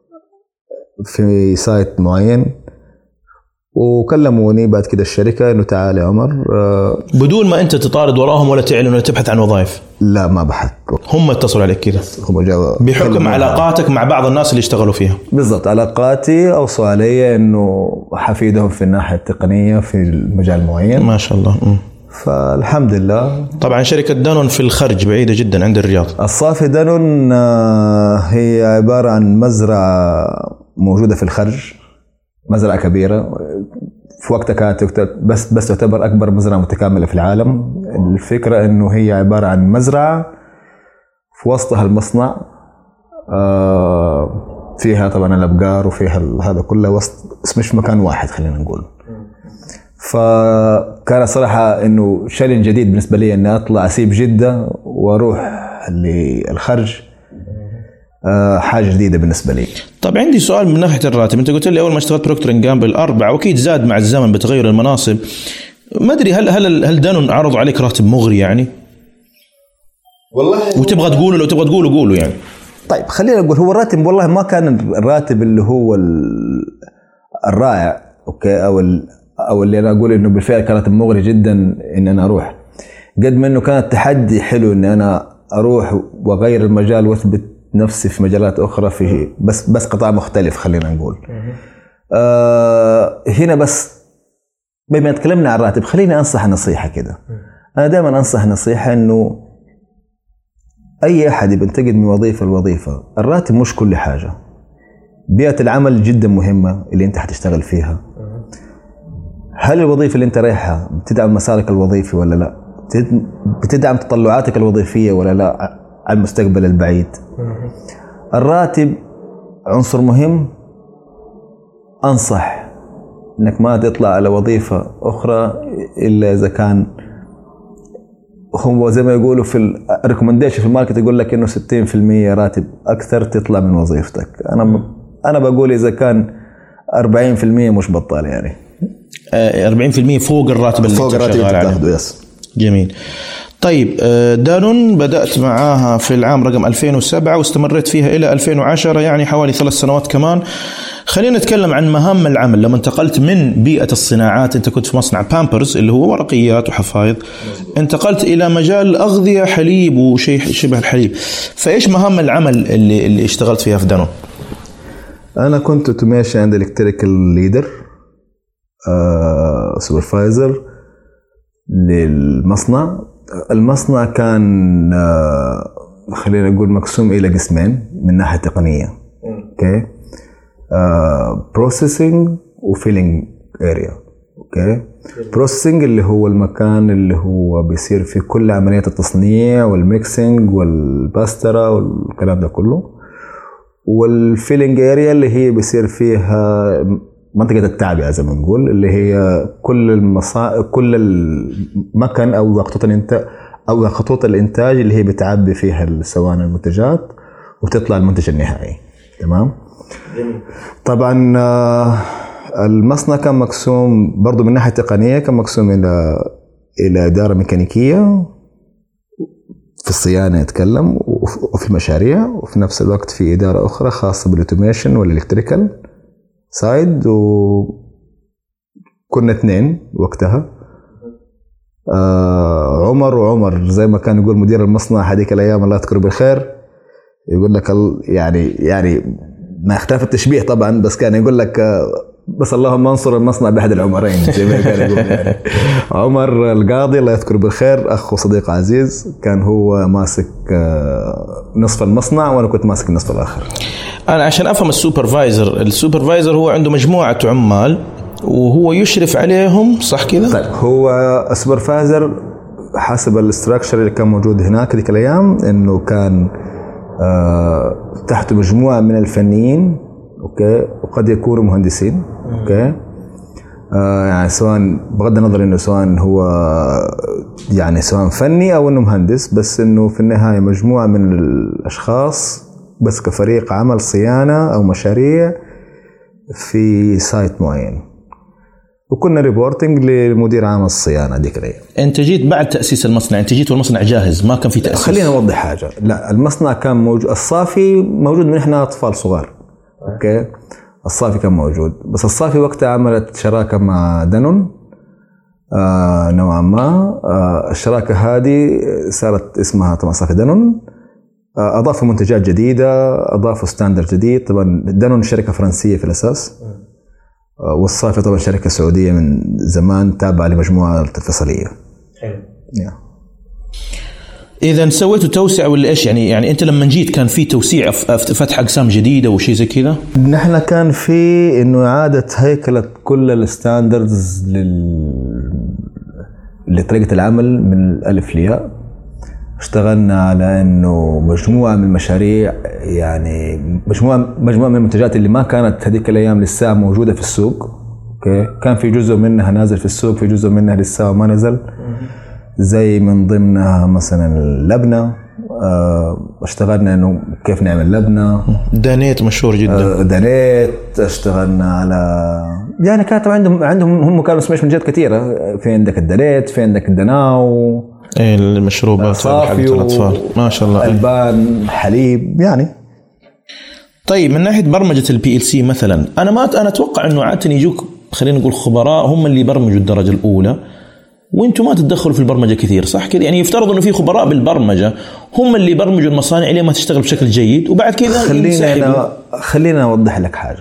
في سايت معين وكلموني بعد كده الشركة انه تعال يا عمر. آه بدون ما انت تطارد وراهم ولا تعلن ولا تبحث عن وظائف؟ لا ما بحث، هم اتصلوا عليك كده، هم جاوا بحكم علاقاتك مع بعض الناس اللي اشتغلوا فيها. بالضبط، علاقاتي اوصوا علي انه حفيدهم في الناحية التقنية في المجال معين. ما شاء الله. م. فالحمد لله. طبعا شركة دانون في الخرج بعيدة جدا عند الرياض. الصافي دانون هي عبارة عن مزرعة موجودة في الخرج، مزرعة كبيرة في وقتها كانت بس بس تعتبر أكبر مزرعة متكاملة في العالم. الفكرة إنه هي عبارة عن مزرعة في وسطها المصنع، فيها طبعا الأبقار وفيها هذا كله وسط، بس مش مكان واحد خلينا نقول. فكان صراحة إنه شيء جديد بالنسبة لي إني أطلع أسيب جدة وأروح للخرج، حاجة جديدة بالنسبة لي. طب عندي سؤال من ناحية الراتب، أنت قلت لي أول ما اشتغلت بروكتر أند جامبل أربعة، وأكيد زاد مع الزمن بتغير المناصب، ما أدري هل هل هل دانون عرضوا عليك راتب مغري يعني؟ والله وتبغى تقوله لو تبغى تقوله قوله يعني. طيب خلينا نقول هو الراتب والله ما كان الراتب اللي هو الرائع أوكي، أو أو اللي أنا أقول إنه بالفعل كان راتب مغري جدا إن أنا أروح، قد ما إنه كان تحدي حلو إن أنا أروح وأغير المجال وأثبت نفسي في مجالات أخرى في بس بس قطاع مختلف خلينا نقول. آه هنا بس بما تكلمنا عن الراتب خليني أنصح نصيحة كده. أنا دائما أنصح نصيحة إنه أي أحد بينتقل من وظيفة لوظيفة، الراتب مش كل حاجة، بيئة العمل جدا مهمة اللي أنت حتشتغل فيها. هل الوظيفة اللي أنت رايحها بتدعم مسارك الوظيفي ولا لا؟ بتدعم تطلعاتك الوظيفية ولا لا على المستقبل البعيد؟ الراتب عنصر مهم. أنصح إنك ما تطلع على وظيفة أخرى إلا إذا كان هو زي ما يقولوا في الريكومنديشن في الماركت يقول لك إنه ستين بالمئة راتب أكثر تطلع من وظيفتك. أنا أنا بقول إذا كان أربعين بالمئة مش بطال يعني. أربعين بالمئة فوق الراتب اللي فوق الراتب اللي تاخده. يس جميل. طيب دانون بدأت معاها في العام رقم ألفين وسبعة واستمرت فيها إلى ألفين وعشرة، يعني حوالي ثلاث سنوات كمان. خلينا نتكلم عن مهام العمل. لما انتقلت من بيئة الصناعات، أنت كنت في مصنع بامبرز اللي هو ورقيات وحفايض، انتقلت إلى مجال أغذية حليب وشيء شبه الحليب، فإيش مهام العمل اللي اللي اشتغلت فيها في دانون؟ أنا كنت اوتوميشن عند الكتريكال ليدر سوبرفايزر للمصنع. المصنع كان خلينا نقول مقسوم إلى قسمين من ناحية تقنية، اوكي، بروسيسنج وفيلينج اريا. اوكي، بروسيسنج اللي هو المكان اللي هو بيصير فيه كل عمليات التصنيع والميكسينج والباسترا والكلام ده كله، والفيلينج اريا اللي هي بيصير فيها منطقة التعبئة زي ما نقول، اللي هي كل المصا كل المكن أو خطوط الإنتاج أو خطوط الإنتاج اللي هي بتعبي فيها السوانة المنتجات وتطلع المنتج النهائي. تمام. طبعا المصنع كان مقسوم برضو من ناحية تقنية، كان مقسوم إلى إلى إدارة ميكانيكية في الصيانة يتكلم وفي المشاريع، وفي نفس الوقت في إدارة أخرى خاصة بالأوتوميشن والإلكتريكال سايد، وكنا اثنين وقتها. آه عمر وعمر زي ما كان يقول مدير المصنع هذيك الأيام الله يذكره بالخير، يقول لك يعني يعني ما اختلف التشبيه طبعا، بس كان يقول لك بس اللهم انصر المصنع بأحد العمرين زي ما كان يقول يعني. عمر القاضي الله يذكره بالخير، أخ وصديق عزيز، كان هو ماسك نصف المصنع وأنا كنت ماسك النصف الآخر. أنا عشان أفهم السوبرفايزر، السوبرفايزر هو عنده مجموعة عمال وهو يشرف عليهم صح كذا؟ طيب هو السوبرفايزر حسب الاستراكشر اللي كان موجود هناك ذيك الأيام إنه كان آه تحت مجموعة من الفنيين، أوكي، وقد يكونوا مهندسين، أوكي، آه يعني سواء بغض النظر إنه سواء هو يعني سواء فني أو إنه مهندس، بس إنه في النهاية مجموعة من الأشخاص بس كفريق عمل صيانة أو مشاريع في سايت معين، وكنا ريبورتنج لمدير عام الصيانة ديك الأيام. أنت جيت بعد تأسيس المصنع، أنت جيت والمصنع جاهز ما كان في تأسيس؟ خلينا نوضح حاجة، لا المصنع كان موجود، الصافي موجود من إحنا أطفال صغار، أوكي، الصافي كان موجود، بس الصافي وقتها عملت شراكة مع دانون آه نوعا ما، آه الشراكة هذه صارت اسمها طبعا صافي دانون، آه أضافوا منتجات جديدة، أضافوا ستاندرد جديد. طبعا دانون شركة فرنسية في الأساس، آه والصافي طبعا شركة سعودية من زمان تابعة لمجموعة الفيصلية. حلو. yeah. إذا سويتوا توسعة ولا إيش يعني؟ يعني أنت لما جيت كان في توسيع فتح أقسام جديدة وشيء زي كذا؟ نحن كان في إنه إعادة هيكلة كل الستاندردز لل لطريقة العمل من الألف لياء. اشتغلنا على إنه مجموعة من المشاريع، يعني مجموعة مجموعة من المنتجات اللي ما كانت هذيك الأيام لسه موجودة في السوق، أوكي، كان في جزء منها نازل في السوق، في جزء منها لسه ما نزل، زي من ضمنها مثلا اللبنة. اشتغلنا انه كيف نعمل لبنة. دانيت مشهور جدا. دانيت اشتغلنا على، يعني كانت عندهم عندهم هم كانوا اسمش منتجات كثيرة، في عندك الدانيت، في عندك الدناو، ايه المشروبات حقت الاطفال ما شاء الله، البان، حليب يعني. طيب من ناحية برمجة البي ال سي مثلا، انا ما انا اتوقع انه عادة يجوك خلينا نقول خبراء هم اللي يبرمجوا الدرجة الاولى وانتم ما تتدخلوا في البرمجة كثير صح كذا؟ يعني يفترض انه في خبراء بالبرمجة هم اللي يبرمجوا المصانع اللي ما تشتغل بشكل جيد، وبعد كذا خلينا أنا خلينا اوضح لك حاجة.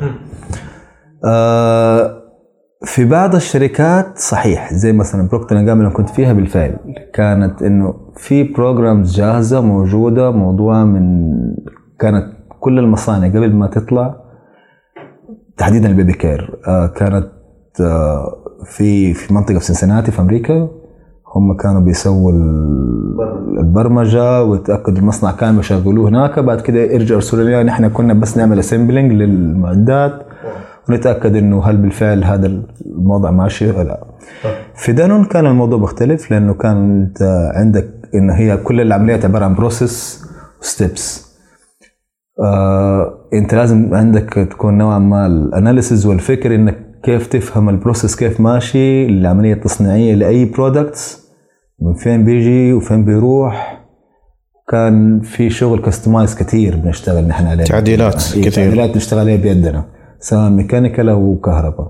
آه في بعض الشركات صحيح زي مثلا بروكتر اند جامبل اللي كنت فيها بالفعل، كانت انه في بروجرامز جاهزة موجودة، موضوع من كانت كل المصانع قبل ما تطلع تحديدا البيبي كير، آه كانت آه في في منطقة في سنسناتي في أمريكا، هم كانوا بيسووا البرمجة ويتأكدوا المصنع كان بيشغلوه هناك، بعد كده يرجعوا يرسلوا لنا، نحن كنا بس نعمل اسمبلينج للمعدات ونتأكد إنه هل بالفعل هذا الموضوع ماشي ولا لا. في دانون كان الموضوع مختلف، لأنه كان أنت عندك إنه هي كل العمليات عبارة عن بروسيس وستيبس، آه أنت لازم عندك تكون نوعا ما الأناليسيز والفكر إنك كيف تفهم البروسيس كيف ماشي، العملية التصنيعية لأي برودكتس من فين بيجي وفين بيروح. كان في شغل كستمايز كثير بنشتغل نحن عليه، تعديلات كثير، تعديلات نشتغل عليها بيدنا سواء ميكانيكال أو كهرباء.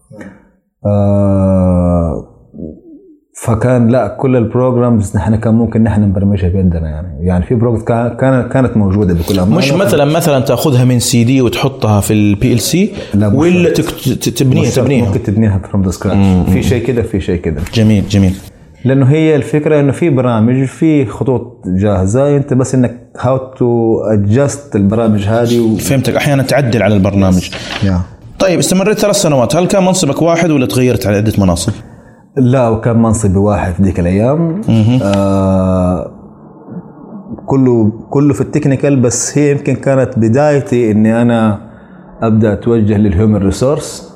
آه فكان لا كل البروجرامز نحن كان ممكن نحن نبرمجها بيدنا، يعني يعني في بروجرام كانت كانت موجوده بكل أمانة. مش مثلا مثلا تاخذها من سي دي وتحطها في البي ال سي ولا تبنيها تبنيها ممكن تبنيها فروم ذا سكراتش، في شيء كده في شيء كده. جميل جميل. لانه هي الفكره انه في برامج في خطوط جاهزه، انت بس انك هاو تو ادجست البرامج هذه و... فهمتك، احيانا تعدل على البرنامج. yeah. طيب استمريت ثلاث سنوات، هل كان منصبك واحد ولا تغيرت على عده مناصب؟ لا وكان منصبي واحد في ذيك الايام. آه كله كله في التكنيكال، بس هي يمكن كانت بدايتي اني انا ابدا اتوجه للهيومن ريسورس.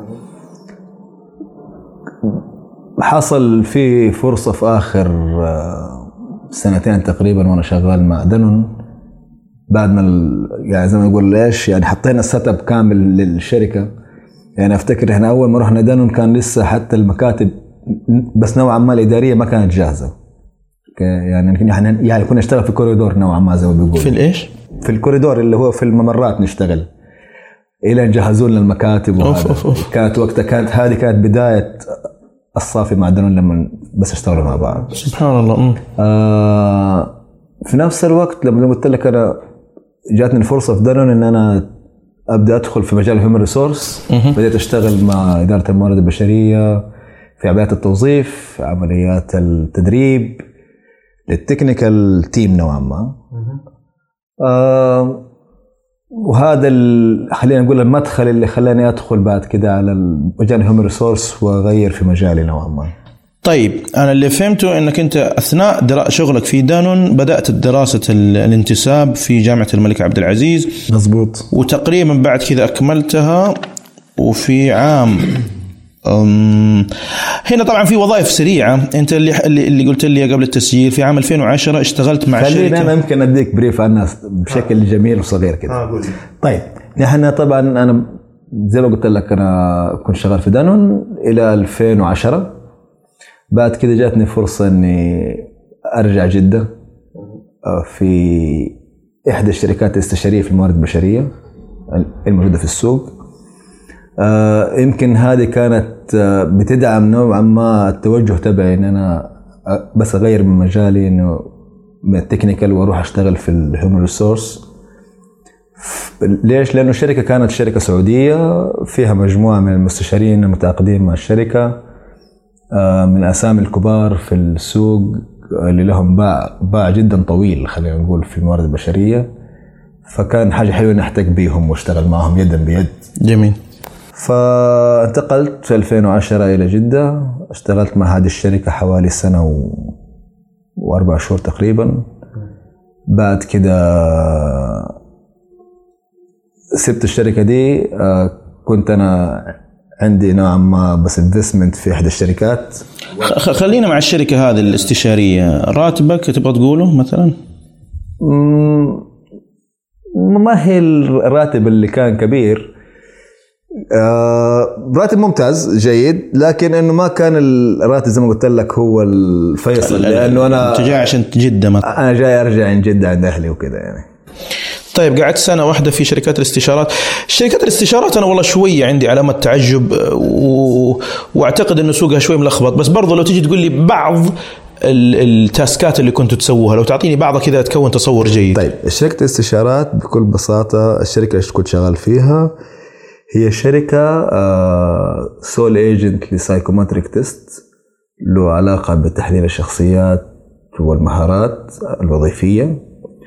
حصل في فرصه في اخر سنتين تقريبا وانا شغال مع دانون، بعد ما يعني زي ما يقول ليش يعني حطينا السيت اب كامل للشركه. يعني افتكر احنا اول ما رحنا دانون كان لسه حتى المكاتب بس نوعا ما الاداريه ما كانت جاهزه، يعني احنا يعني كنا نشتغل في كوريدور نوعا ما زي ما بيقولوا. في الايش؟ في الكوريدور اللي هو في الممرات نشتغل الى نجهزوا لنا المكاتب. أوف أوف أوف. كانت وقتها كانت هذه كانت بدايه الصافي مع دانون لما بس اشتغلوا مع بعض. سبحان الله. آه في نفس الوقت لما قلت لك انا جاتني الفرصه في دانون ان انا ابدا ادخل في مجال الهيومن ريسورس. بديت اشتغل مع اداره الموارد البشريه في عمليات التوظيف، عمليات التدريب للتكنيكال تيم نوعا ما. آه وهذا خلينا نقول المدخل اللي خلاني ادخل بعد كده على مجال الهيومن ريسورس واغير في مجالي نوعا ما. طيب انا اللي فهمته انك انت اثناء شغلك في دانون بدات دراسه الانتساب في جامعه الملك عبد العزيز. مزبوط. وتقريبا بعد كذا اكملتها، وفي عام هنا طبعا في وظائف سريعه. انت اللي اللي قلت لي قبل التسجيل في عام ألفين وعشرة اشتغلت مع شركه. خليني انا يمكن اديك بريف عنها بشكل آه. جميل وصغير كده. آه طيب نحن طبعا انا زي ما قلت لك انا كنت شغال في دانون الى ألفين وعشرة. بعد كده جاتني فرصه اني ارجع جده في احدى الشركات الاستشاريه في الموارد البشريه الموجوده في السوق. آه يمكن هذه كانت آه بتدعم نوعا ما التوجه تبعي ان انا بس اغير من مجالي انه من التكنيكال واروح اشتغل في الهيومن ريسورس. ليش؟ لانه الشركه كانت شركه سعوديه فيها مجموعه من المستشارين المتعاقدين مع الشركه، آه من الاسامي الكبار في السوق اللي لهم باع باع جدا طويل خلينا نقول في الموارد البشريه. فكان حاجه حلوه اني احتك بيهم واشتغل معهم يدا بيد. جميل. فانتقلت في ألفين وعشرة إلى جدة. اشتغلت مع هذه الشركة حوالي سنة و... وأربع شهور تقريبا. بعد كده سبت الشركة دي. كنت أنا عندي نوعا ما بس انفستمنت في إحدى الشركات. خلينا مع الشركة هذه الاستشارية، راتبك تبغى تقوله مثلا؟ ما هي الراتب اللي كان كبير، آه راتب ممتاز جيد، لكن انه ما كان الراتب زي ما قلت لك هو الفيصل، لانه انا انت جاي عشان جده مثلا. انا جاي ارجع عن جده عند اهلي وكذا يعني. طيب قعدت سنه واحده في شركات الاستشارات. شركات الاستشارات انا والله شويه عندي علامه تعجب و... واعتقد انه سوقها شوي ملخبط، بس برضه لو تيجي تقول لي بعض التاسكات اللي كنتوا تسووها، لو تعطيني بعضها كده تكون تصور جيد. طيب شركه الاستشارات بكل بساطه الشركه اللي كنت شغال فيها هي شركة سول ايجنت لسايكوماتريك تيست، له علاقة بتحليل الشخصيات والمهارات الوظيفية.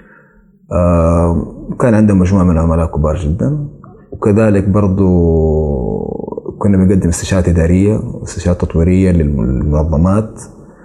كان عندهم مجموعة من العملاء كبار جدا، وكذلك برضو كنا بنقدم استشارات إدارية واستشارات تطويرية للمنظمات،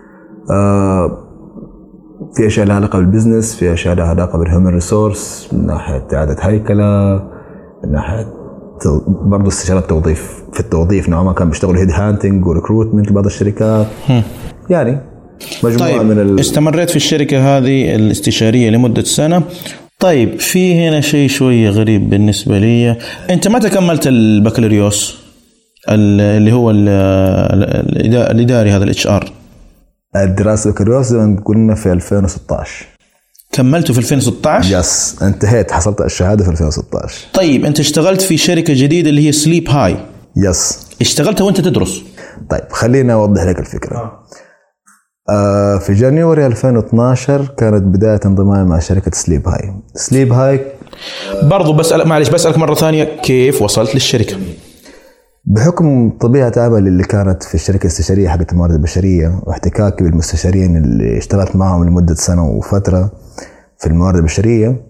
في أشياء لها علاقة بالبزنس، في أشياء لها علاقة بالهيومن ريسورس من ناحية إعادة هيكلة، من ناحية برضو استشارات توظيف. في التوظيف نوعا ما كان بيشتغلوا هيد هانتنج وريكروتمنت لبعض الشركات يعني مجموعة. طيب من ال... استمريت في الشركة هذه الاستشارية لمدة سنة. طيب في هنا شيء شوية غريب بالنسبة لي، انت متى كملت البكالوريوس اللي هو الإداري هذا الاتش ار؟ الدراسة البكالوريوس زي ما قلنا في ألفين وستة عشر. كملته في ألفين وستة عشر؟ يس انتهيت، حصلت الشهادة في ألفين وستة عشر. طيب انت اشتغلت في شركة جديدة اللي هي سليب هاي. يس اشتغلتها وانت تدرس. طيب خلينا اوضح لك الفكرة. آه. آه في جانيوري ألفين واثناشر كانت بداية انضمامي مع شركة سليب هاي. سليب هاي برضو بسأل معلش بسألك مرة ثانية، كيف وصلت للشركة؟ بحكم طبيعة عمل اللي كانت في الشركة الاستشارية حقت الموارد البشرية واحتكاكي بالمستشارين اللي اشتغلت معهم لمدة سنة وفترة في الموارد البشرية.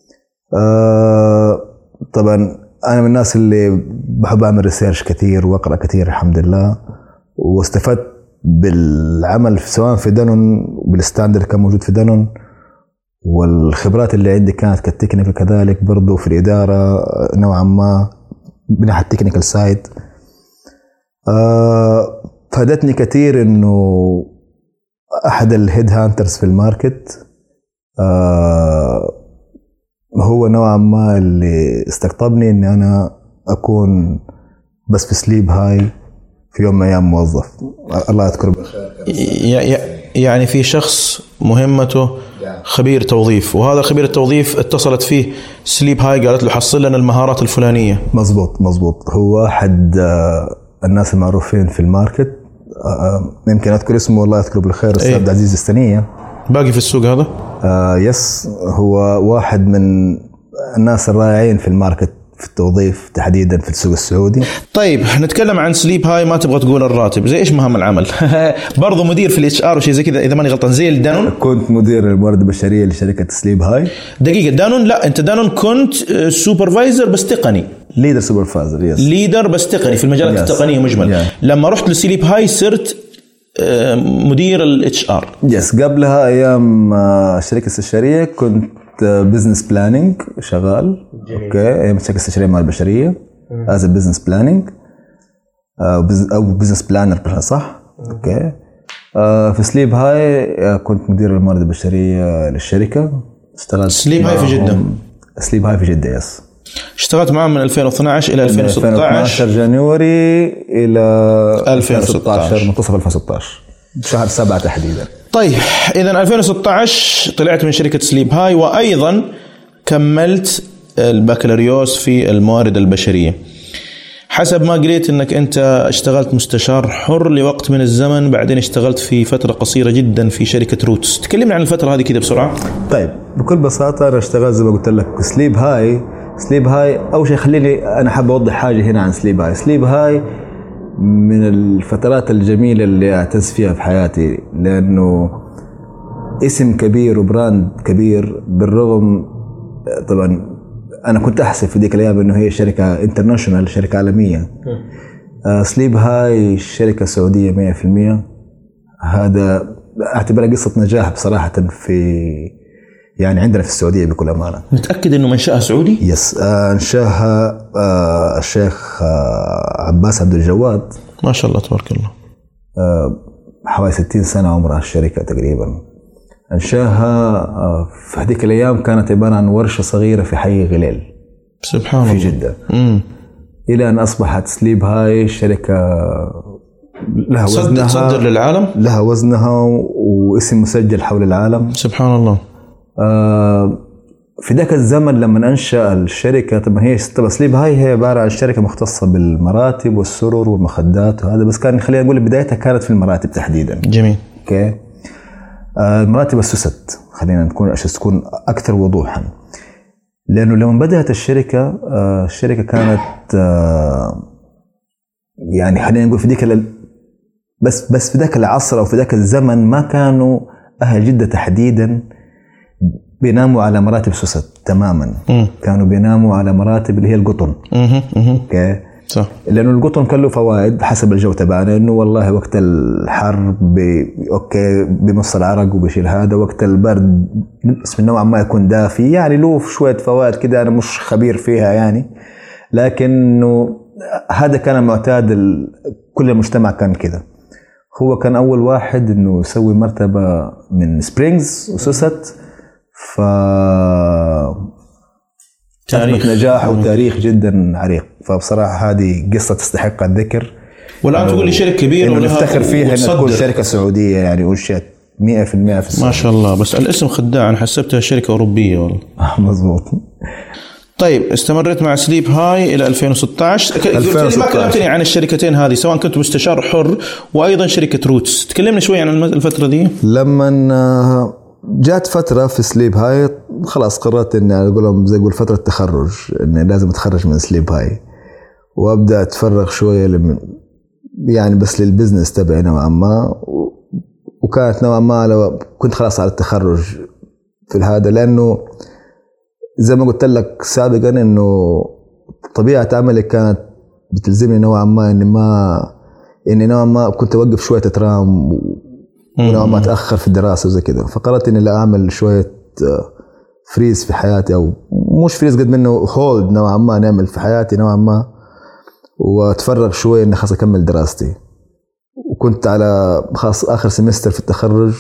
آه طبعا أنا من الناس اللي بحب أعمل ريسيرش كثير وأقرأ كثير الحمد لله، واستفدت بالعمل سواء في دانون بالستاندرد كان موجود في دانون، والخبرات اللي عندي كانت كالتكنيكال كذلك برضو في الإدارة نوعا ما من ناحية التكنيكال سايد. آه فادتني كثير إنه أحد الهيد هانترز في الماركت آه هو نوعا ما اللي استقطبني إني أنا أكون بس في سليب هاي في يوم من أيام موظف. الله يذكره بالخير. يعني في شخص مهمته خبير توظيف، وهذا خبير التوظيف اتصلت فيه سليب هاي قالت له حصل لنا المهارات الفلانية. مزبوط مزبوط. هو أحد الناس المعروفين في الماركت، يمكن أذكر اسمه الله يذكره بالخير، الأستاذ عبد العزيز السنية. باقي في السوق هذا؟ آه يس، هو واحد من الناس الرائعين في الماركت في التوظيف تحديدا في السوق السعودي. طيب نتكلم عن سليب هاي، ما تبغى تقول الراتب، زي ايش مهام العمل؟ برضو مدير في الاتش ار وشيء زي كذا اذا ماني غلطان، زي الدانون. كنت مدير الموارد البشريه لشركه سليب هاي. دقيقه، دانون لا انت دانون كنت سوبرفايزر بس تقني. ليدر سوبرفايزر يس. ليدر بس تقني في المجالات yes. التقنيه مجمل. yeah. لما رحت لسليب هاي صرت مدير الاتش ار. يس yes. قبلها ايام شركه استشاريه كنت بزنس بلاننج شغال. جميل. اوكي ايام شركه استشاريه مال البشريه از بزنس بلاننج او بزنس بلانر صح. مم. اوكي آه في سليب هاي كنت مدير الموارد البشريه للشركه. اشتغلت سليب هاي في جده. سليب هاي في جده يس. اشتغلت معهم من ألفين واثني عشر الى ألفين وستة عشر. ألفين واثني عشر جانيوري الى ألفين وستة عشر منتصف ألفين وستة عشر شهر سبعة تحديدا. طيب اذا ألفين وستة عشر طلعت من شركه سليب هاي، وايضا كملت البكالوريوس في الموارد البشريه. حسب ما قريت انك انت اشتغلت مستشار حر لوقت من الزمن، بعدين اشتغلت في فتره قصيره جدا في شركه روتس. تكلمنا عن الفتره هذه كده بسرعه. طيب بكل بساطه انا اشتغلت زي ما قلت لك سليب هاي. سليب هاي اول شيء خليني انا حاب اوضح حاجه هنا عن سليب هاي. سليب هاي من الفترات الجميله اللي اعتز فيها في حياتي، لانه اسم كبير وبراند كبير. بالرغم طبعا انا كنت احسب في ذيك الايام انه هي شركه انترناشونال، شركه عالميه. آه سليب هاي شركه سعوديه مية في المية. هذا اعتبرها قصه نجاح بصراحه في يعني عندنا في السعوديه بكل امانه. متاكد انه منشأها سعودي؟ يس آه انشاها آه الشيخ آه عباس عبد الجواد ما شاء الله تبارك الله. آه حوالي ستين سنه عمرها الشركه تقريبا. انشاها في هذيك الايام كانت عباره عن ورشه صغيره في حي غليل سبحان في الله في جده. مم. الى ان اصبحت سليب هاي شركه لها وزنها، تصدر للعالم، لها وزنها واسم مسجل حول العالم. سبحان الله. آه في ذاك الزمن لما انشا الشركه، طبعا هي طبعا سليب هاي هي عباره عن شركه مختصه بالمراتب والسرر والمخدات وهذا، بس كان خلينا نقول بدايتها كانت في المراتب تحديدا. جميل. اوكي المراتب السوست خلينا نكون عشان تكون اكثر وضوحا، لانه لما بدات الشركه الشركه كانت يعني خلينا نقول في ذيك بس بس في ذاك العصر او في ذاك الزمن ما كانوا اهل جده تحديدا بيناموا على مراتب سوست تماما. م. كانوا بيناموا على مراتب اللي هي القطن. اوكي صح. لانه القطن كان له فوائد حسب الجو تبعنا، انه والله وقت الحر بي اوكي بنص العرق وبشيل هذا، وقت البرد بسم نوعا ما يكون دافي، يعني له شويه فوائد كده انا مش خبير فيها يعني، لكنه هذا كان معتاد كل المجتمع كان كده. هو كان اول واحد انه يسوي مرتبه من سبرينجز وسوست، ف تاريخ نجاح وتاريخ جدا عريق. فبصراحه هذه قصه تستحق الذكر، والان تقول لي شركه كبيره ونفتخر فيها انها تكون شركه سعوديه يعني وشيت مية في المية في السعودية. ما شاء الله، بس الاسم خداع، انا حسبتها شركه اوروبيه والله. مزبوط. طيب استمريت مع سليب هاي الى ألفين وستة عشر. ما كلمتني عن الشركتين هذه، سواء كنت مستشار حر وايضا شركه روتس، تكلمنا شوي عن الفتره دي. لما جات فتره في سليب هاي خلاص قررت اني اقول لهم زي اقول فتره تخرج، اني لازم اتخرج من سليب هاي وابدا اتفرغ شويه لمن يعني بس للبزنس تبعي نوعا ما، وكانت نوعا ما لو كنت خلاص على التخرج في هذا، لانه زي ما قلت لك سابقا انه طبيعه عملي كانت بتلزمني نوعا ما اني ما اني نوعا ما كنت اوقف شويه اترام ونوعا ما اتاخر في الدراسه وزي كده. فقررت اني لا اعمل شويه فريز في حياتي، او مش فريز قد منه هولد نوعا ما، نعمل في حياتي نوعا ما واتفرغ شويه اني خلاص اكمل دراستي. وكنت على خلاص اخر سمستر في التخرج،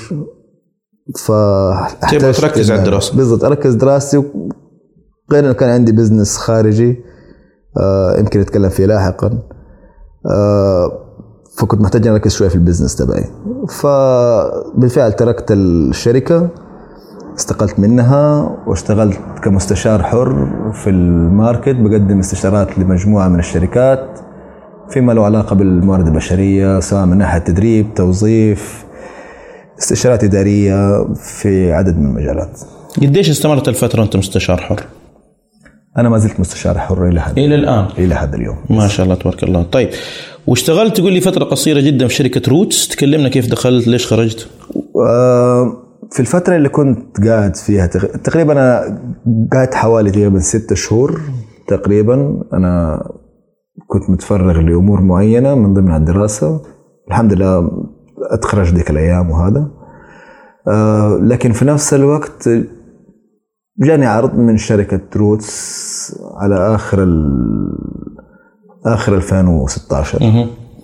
تبغى تركز على الدراسه. بالضبط، اركز دراستي، غير انه كان عندي بزنس خارجي آه يمكن نتكلم فيه لاحقا، آه فكنت محتاج اركز شويه في البزنس تبعي. فبالفعل تركت الشركه، استقلت منها واشتغلت كمستشار حر في الماركت، بقدم استشارات لمجموعه من الشركات فيما له علاقه بالموارد البشريه، سواء من ناحيه تدريب، توظيف، استشارات اداريه في عدد من المجالات. قديش استمرت الفتره انت مستشار حر؟ أنا ما زلت مستشار حر إلى حد إلى الآن إلى حد اليوم. ما شاء الله تبارك الله. طيب واشتغلت تقول لي فترة قصيرة جدا في شركة روتس، تكلمنا كيف دخلت، ليش خرجت؟ في الفترة اللي كنت قاعد فيها تقريبا أنا قاعد حوالي تقريبا ستة شهور تقريبا. أنا كنت متفرغ لأمور معينة من ضمن الدراسة، الحمد لله أتخرج ديك الأيام وهذا. لكن في نفس الوقت جاني عرض من شركة روتس على آخر ال آخر ألفين وستة عشر.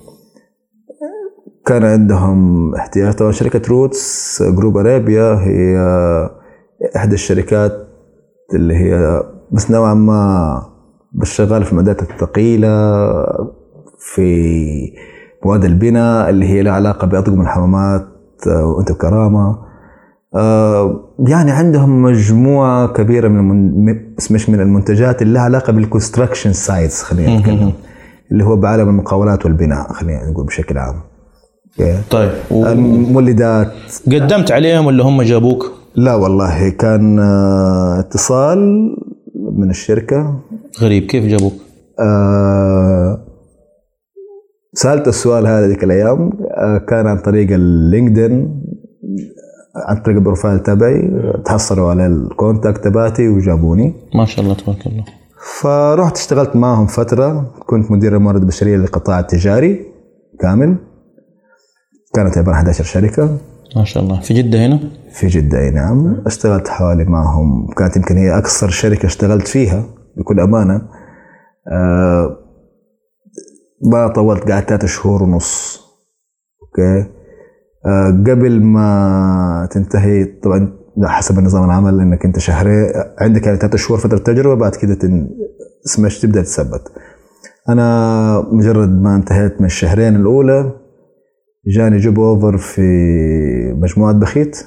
كان عندهم احتياج. طبعا شركة روتس جروب أرابيا هي إحدى الشركات اللي هي بس نوعا ما بالشغال في المعدات الثقيلة، في مواد البناء اللي هي لها علاقة بأطقم الحمامات وأنت بكرامة. يعني عندهم مجموعة كبيرة من مش من المنتجات اللي لها علاقة بالكونستراكشن سايتس، خلينا نتكلم اللي هو بعالم المقاولات والبناء، خلينا نقول بشكل عام. طيب و... المولدات قدمت عليهم ولا هم جابوك؟ لا والله كان اتصال من الشركة. غريب، كيف جابوك؟ آه... سألت السؤال هذا ذيك الأيام. آه كان عن طريق اللينكدين، عن طريق البروفايل تبعي، تحصلوا على الكونتاكت تبعتي وجابوني. ما شاء الله تبارك الله. فرحت اشتغلت معهم فترة، كنت مدير الموارد البشرية للقطاع التجاري كامل. كانت عبارة عن إحدى عشرة شركة. ما شاء الله. في جدة هنا؟ في جدة أي نعم. اشتغلت حوالي معهم، كانت يمكن هي أكثر شركة اشتغلت فيها بكل أمانة. آه ما طولت، قعدت ثلاثة شهور ونص. أوكي. آه قبل ما تنتهي طبعا حسب النظام العمل انك انت شهرين عندك يعني ثلاثة شهور فترة تجربة، بعد كده تن... اسمش تبدأ تثبت. انا مجرد ما انتهيت من الشهرين الاولى جاني جوب اوفر في مجموعة بخيت،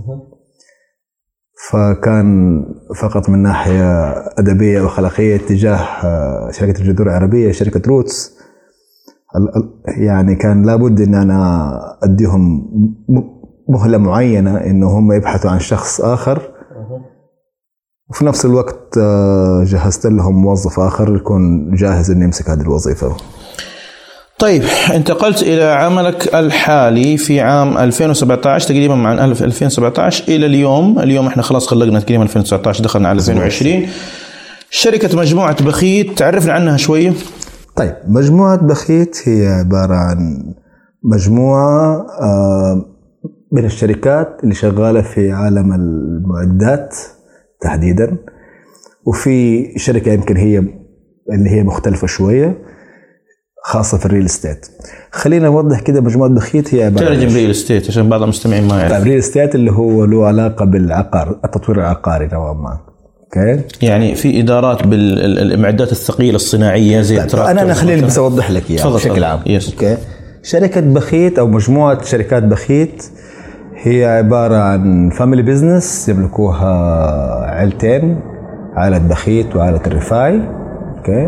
فكان فقط من ناحية أدبية وخلاقية تجاه شركة الجذور العربية شركة روتس. يعني كان لابد ان انا اديهم مهلة معينة انه هم يبحثوا عن شخص اخر، وفي نفس الوقت جهزت لهم موظف اخر يكون جاهز انه يمسك هذه الوظيفة. طيب انتقلت الى عملك الحالي في عام ألفين وسبعة عشر تقريبا، مع ألفين وسبعة عشر الى اليوم. اليوم احنا خلاص خلقنا تقريبا ألفين وتسعة عشر، دخلنا على ألفين وعشرين. شركة مجموعة بخيت، تعرفنا عنها شوية. طيب مجموعة بخيت هي عبارة عن مجموعة من الشركات اللي شغالة في عالم المعدات تحديدا، وفي شركة يمكن هي اللي هي مختلفة شوية خاصة في الريل استيت. خلينا نوضح كده مجموعة بخيت هي عبارة ترجم ريل استيت عشان بعض المستمعين ما يعرف. طيب ريل استيت اللي هو له علاقة بالعقار، التطوير العقاري نوعا ما. اوكي. يعني في ادارات بالمعدات الثقيله الصناعيه زي طيب انا انا خليني بس اوضح لك اياها بشكل عام. اوكي. شركه بخيت او مجموعه شركات بخيت هي عباره عن فاميلي بزنس يملكوها عائلتين، عائله بخيت وعائله الرفاعي. اوكي.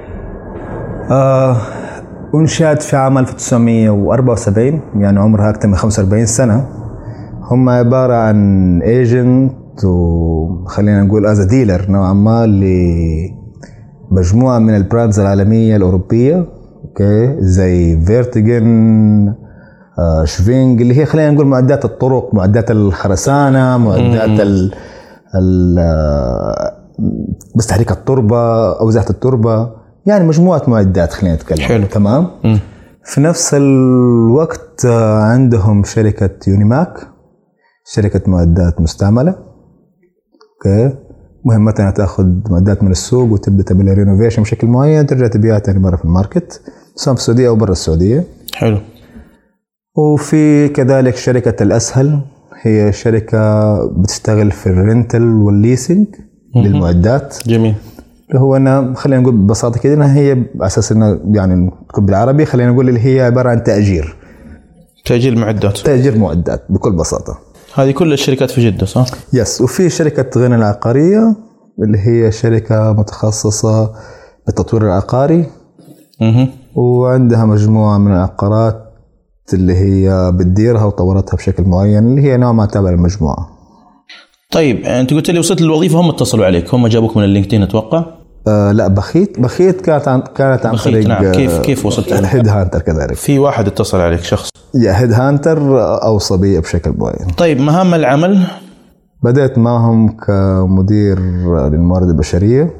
آه انشأت في عام ألف وتسعمية وأربعة وسبعين، يعني عمرها اكثر من خمسة وأربعين سنه. هم عباره عن ايجنت وخلينا نقول از ديلر نوعا ما لمجموعه من البراندز العالميه الاوروبيه. اوكي. زي فيرتيجن، آه شفينج، اللي هي خلينا نقول معدات الطرق، معدات الخرسانه، معدات ال ال بس تحريك التربه او زحت التربه، يعني مجموعه معدات خلينا نتكلم. حلو. تمام. مم. في نفس الوقت عندهم شركه يونيماك، شركه معدات مستعمله. اوكي. مهمتها تاخذ معدات من السوق وتبدا تعمل رينوفيشن بشكل معين، ترجع تبيعها ثاني مره في الماركت سواء في السعوديه او برا السعوديه. حلو. وفي كذلك شركه الاسهل، هي شركه بتشتغل في الرنتل والليسنج للمعدات. جميل. اللي هو انا خلينا نقول ببساطه كده انها هي على اساس انها يعني بالعربي خلينا نقول اللي هي عباره عن تاجير تاجير معدات تاجير معدات بكل بساطه. هذه كل الشركات في جدة صح؟ يس. وفي شركة غنى العقارية اللي هي شركة متخصصة بالتطوير العقاري. اها. وعندها مجموعة من العقارات اللي هي بتديرها وطورتها بشكل معين، اللي هي نوع ما تابع المجموعة. طيب انت قلت لي وصلت للوظيفة، هم اتصلوا عليك، هم جابوك من اللينكدين اتوقع؟ آه لا بخيت بخيت كانت عن كانت عن طريق نعم. كيف كيف وصلت هيد هانتر كذلك؟ في واحد اتصل عليك شخص يا هيد هانتر اوصى بي بشكل معين. طيب مهام العمل؟ بدأت معهم كمدير للموارد البشرية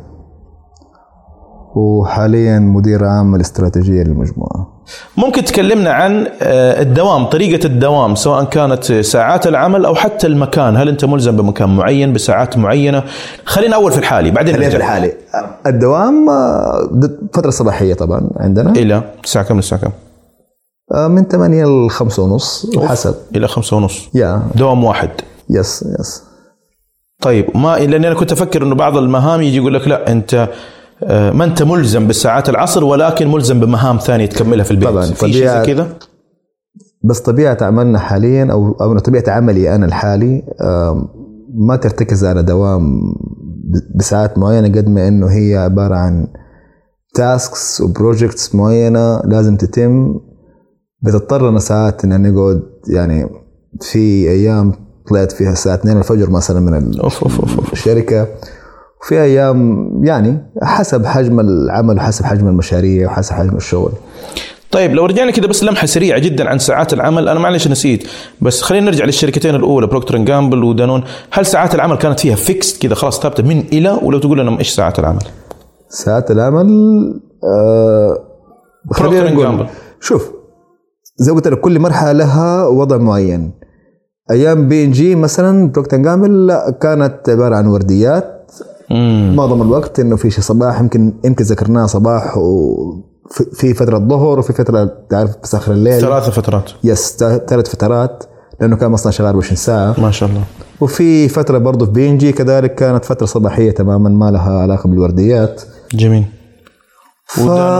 وحاليا مدير عام الاستراتيجية للمجموعة. ممكن تكلمنا عن الدوام، طريقة الدوام سواء كانت ساعات العمل أو حتى المكان، هل أنت ملزم بمكان معين بساعات معينة؟ خلينا أول في الحالي بعدين خلينا في الحالي. الدوام فترة صباحية طبعا عندنا إلى الساعة كم للساعة كم؟ من ثمانية لخمسة ونص وحسب. إلى خمسة ونص يا دوام واحد. يس يس. طيب ما لأني أنا كنت أفكر إنه بعض المهام يجي يقول لك لا أنت ما أنت ملزم بالساعات العصر ولكن ملزم بمهام ثانية تكملها في البيت. طبعا في شيء كذا. بس طبيعة عملنا حاليا أو أو طبيعة عملي أنا الحالي ما ترتكز على دوام بساعات معينة قد ما إنه هي عبارة عن تاسكس وبروجكتس معينة لازم تتم. بتضطرنا ساعات إن نقعد يعني في أيام طلعت فيها الساعة اثنين الفجر مثلا من أوف أوف أوف. الشركة، وفي أيام يعني حسب حجم العمل وحسب حجم المشاريع وحسب حجم الشغل. طيب لو رجعنا كده بس لمحة سريعة جدا عن ساعات العمل، أنا معلش نسيت بس خلينا نرجع للشركتين الأولى بروكتر اند جامبل ودانون. هل ساعات العمل كانت فيها فيكست كده خلاص ثابتة من إلى، ولو تقول لنا إيش ساعات العمل؟ ساعات العمل آه بروكتر اند جامبل شوف زي ما قلت لك كل مرحلة لها وضع معين. أيام بي إن جي مثلا بروكتر اند جامبل لا كانت عبارة عن ورديات مم. معظم الوقت إنه في شيء صباح يمكن يمكن ذكرناه صباح وفي فترة الظهر وفي فترة تعرف بس آخر الليل. ثلاث فترات. يس ثلاث فترات لأنه كان مصنع شغال عشرين ساعة ما شاء الله. وفي فترة برضو في بي إن جي كذلك كانت فترة صباحية تماما ما لها علاقة بالورديات. جميل. ف...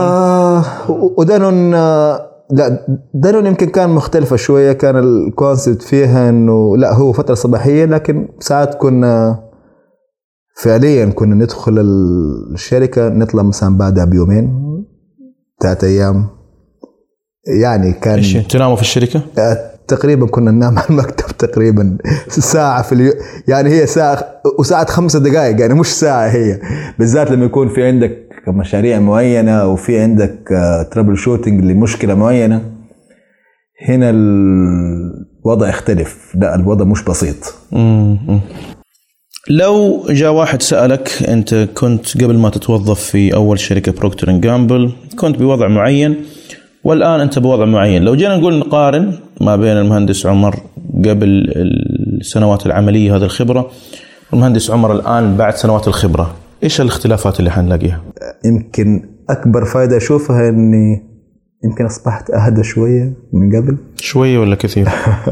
ودانون لا دانون يمكن كان مختلفة شوية. كان الكونسبت فيها إنه لا هو فترة صباحية لكن ساعات كنا فعليا كنا ندخل الشركة نطلع مثلا بعدها بيومين ثلاثة أيام يعني كان إيش تناموا في الشركة؟ تقريبا كنا ننام على المكتب تقريبا ساعة في اليوم يعني هي ساعة وساعة خمسة دقائق يعني مش ساعة هي بالذات لما يكون في عندك مشاريع معينة وفي عندك ترابل شوتينج لمشكلة معينة. هنا الوضع يختلف. لا الوضع مش بسيط. مم. لو جاء واحد سألك أنت كنت قبل ما تتوظف في أول شركة بروكتر اند جامبل كنت بوضع معين والآن أنت بوضع معين، لو جينا نقول نقارن ما بين المهندس عمر قبل السنوات العملية هذه الخبرة والمهندس عمر الآن بعد سنوات الخبرة، إيش الاختلافات اللي حنلاقيها؟ يمكن أكبر فائدة أشوفها أني يمكن أصبحت أهدى شوية من قبل. شوية ولا كثير؟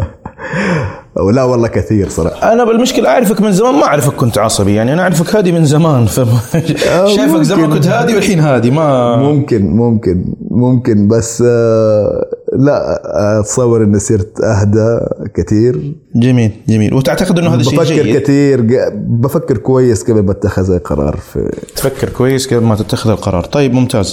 ولا والله كثير صراحة. أنا بالمشكلة أعرفك من زمان ما أعرفك كنت عصبي يعني أنا أعرفك هادي من زمان شايفك زمان كنت هادي والحين هادي ما ممكن ممكن ممكن بس آه لا أتصور أني صرت أهدى كثير. جميل جميل. وتعتقد أنه هذا شيء جيد؟ بفكر كثير بفكر كويس قبل ما أتخذ قرار في تفكر كويس قبل ما تتخذ القرار. طيب ممتاز.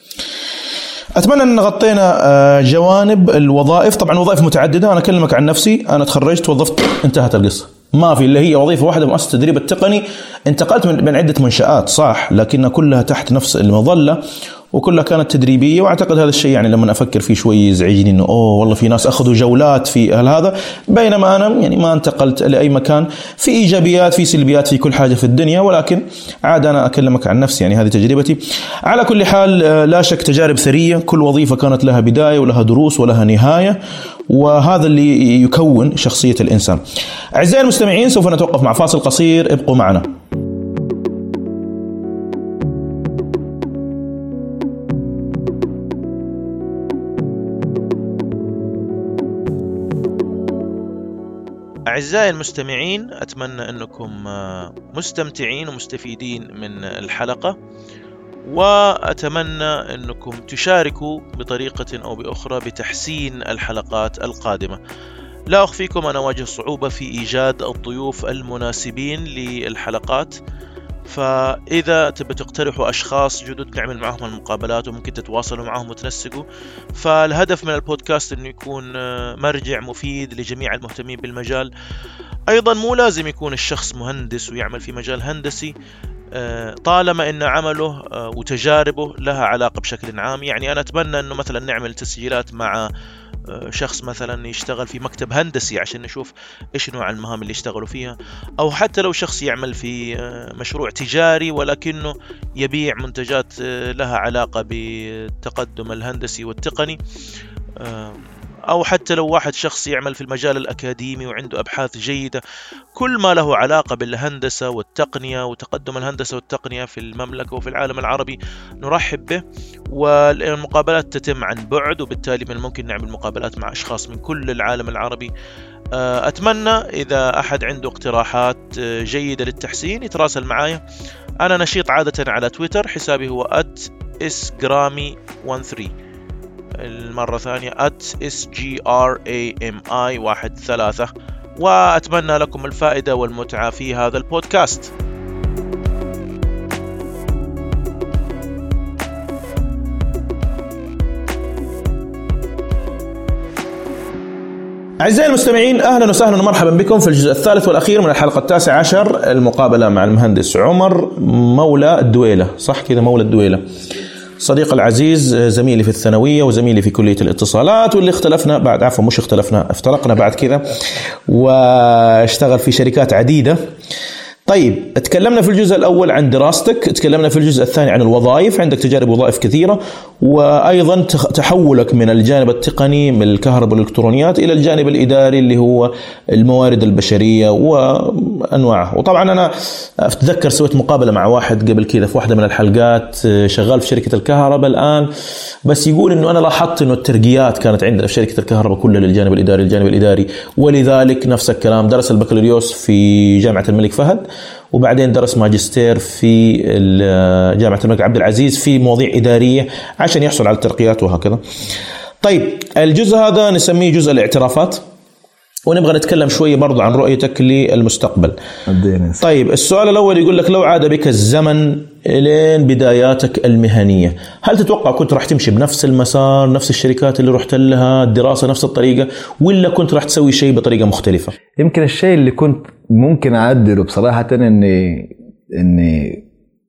أتمنى أن غطينا جوانب الوظائف. طبعا وظائف متعددة. أنا أكلمك عن نفسي أنا تخرجت وظفت انتهت القصة. ما في اللي هي وظيفة واحدة مؤسسة التدريب التقني. انتقلت من بين عدة منشآت صح لكنها كلها تحت نفس المظلة وكلها كانت تدريبية. وأعتقد هذا الشيء يعني لما أفكر فيه شوي يزعجني إنه أوه والله في ناس أخذوا جولات في هذا بينما أنا يعني ما انتقلت لأي مكان. في إيجابيات في سلبيات في كل حاجة في الدنيا ولكن عاد أنا أكلمك عن نفسي يعني هذه تجربتي. على كل حال لا شك تجارب ثرية. كل وظيفة كانت لها بداية ولها دروس ولها نهاية وهذا اللي يكون شخصية الإنسان. أعزائي المستمعين سوف نتوقف مع فاصل قصير ابقوا معنا. أعزائي المستمعين أتمنى أنكم مستمتعين ومستفيدين من الحلقة وأتمنى أنكم تشاركوا بطريقة أو بأخرى بتحسين الحلقات القادمة. لا أخفيكم أنا أواجه صعوبة في إيجاد الضيوف المناسبين للحلقات فإذا تبي تقترحوا أشخاص جدد نعمل معهم المقابلات وممكن تتواصلوا معهم وتنسقوا. فالهدف من البودكاست أنه يكون مرجع مفيد لجميع المهتمين بالمجال. أيضا مو لازم يكون الشخص مهندس ويعمل في مجال هندسي. طالما أن عمله وتجاربه لها علاقة بشكل عام. يعني أنا أتمنى أنه مثلا نعمل تسجيلات مع شخص مثلا يشتغل في مكتب هندسي عشان نشوف إيش نوع المهام اللي يشتغلوا فيها، أو حتى لو شخص يعمل في مشروع تجاري ولكنه يبيع منتجات لها علاقة بالتقدم الهندسي والتقني، أو حتى لو واحد شخص يعمل في المجال الأكاديمي وعنده أبحاث جيدة. كل ما له علاقة بالهندسة والتقنية وتقدم الهندسة والتقنية في المملكة وفي العالم العربي نرحب به. والمقابلات تتم عن بعد، وبالتالي من الممكن نعمل مقابلات مع أشخاص من كل العالم العربي. أتمنى إذا أحد عنده اقتراحات جيدة للتحسين يتراسل معايا. أنا نشيط عادة على تويتر، حسابي هو at isgrami ثلاثة عشر. المرة ثانية at isgrami واحد ثلاثة. وأتمنى لكم الفائدة والمتعة في هذا البودكاست. أعزائي المستمعين، أهلا وسهلا ومرحبا بكم في الجزء الثالث والأخير من الحلقة التاسعة عشر، المقابلة مع المهندس عمر مولى الدويلة. صح كذا، مولى الدويلة، صديق العزيز، زميلي في الثانوية وزميلي في كلية الاتصالات، واللي اختلفنا بعد عفوا مش اختلفنا افترقنا بعد كذا، واشتغل في شركات عديدة. طيب، تكلمنا في الجزء الأول عن دراستك، تكلمنا في الجزء الثاني عن الوظائف، عندك تجارب وظائف كثيرة، وأيضا تحولك من الجانب التقني من الكهرباء والإلكترونيات إلى الجانب الإداري اللي هو الموارد البشرية وأنواعها. وطبعا أنا أتذكر سويت مقابلة مع واحد قبل كذا في واحدة من الحلقات، شغال في شركة الكهرباء الآن، بس يقول إنه أنا لاحظت إنه الترقيات كانت عندنا في شركة الكهرباء كلها للجانب الإداري الجانب الإداري ولذلك نفس الكلام درس البكالوريوس في جامعة الملك فهد، وبعدين درس ماجستير في جامعة الملك عبد العزيز في مواضيع إدارية عشان يحصل على الترقيات وهكذا. طيب، الجزء هذا نسميه جزء الاعترافات، ونبغى نتكلم شوية برضو عن رؤيتك للمستقبل. طيب، السؤال الأول يقول لك: لو عاد بك الزمن لين بداياتك المهنية، هل تتوقع كنت راح تمشي بنفس المسار، نفس الشركات اللي رحت لها، الدراسة نفس الطريقة، ولا كنت راح تسوي شيء بطريقة مختلفة؟ يمكن الشيء اللي كنت ممكن أعدله بصراحة إني إني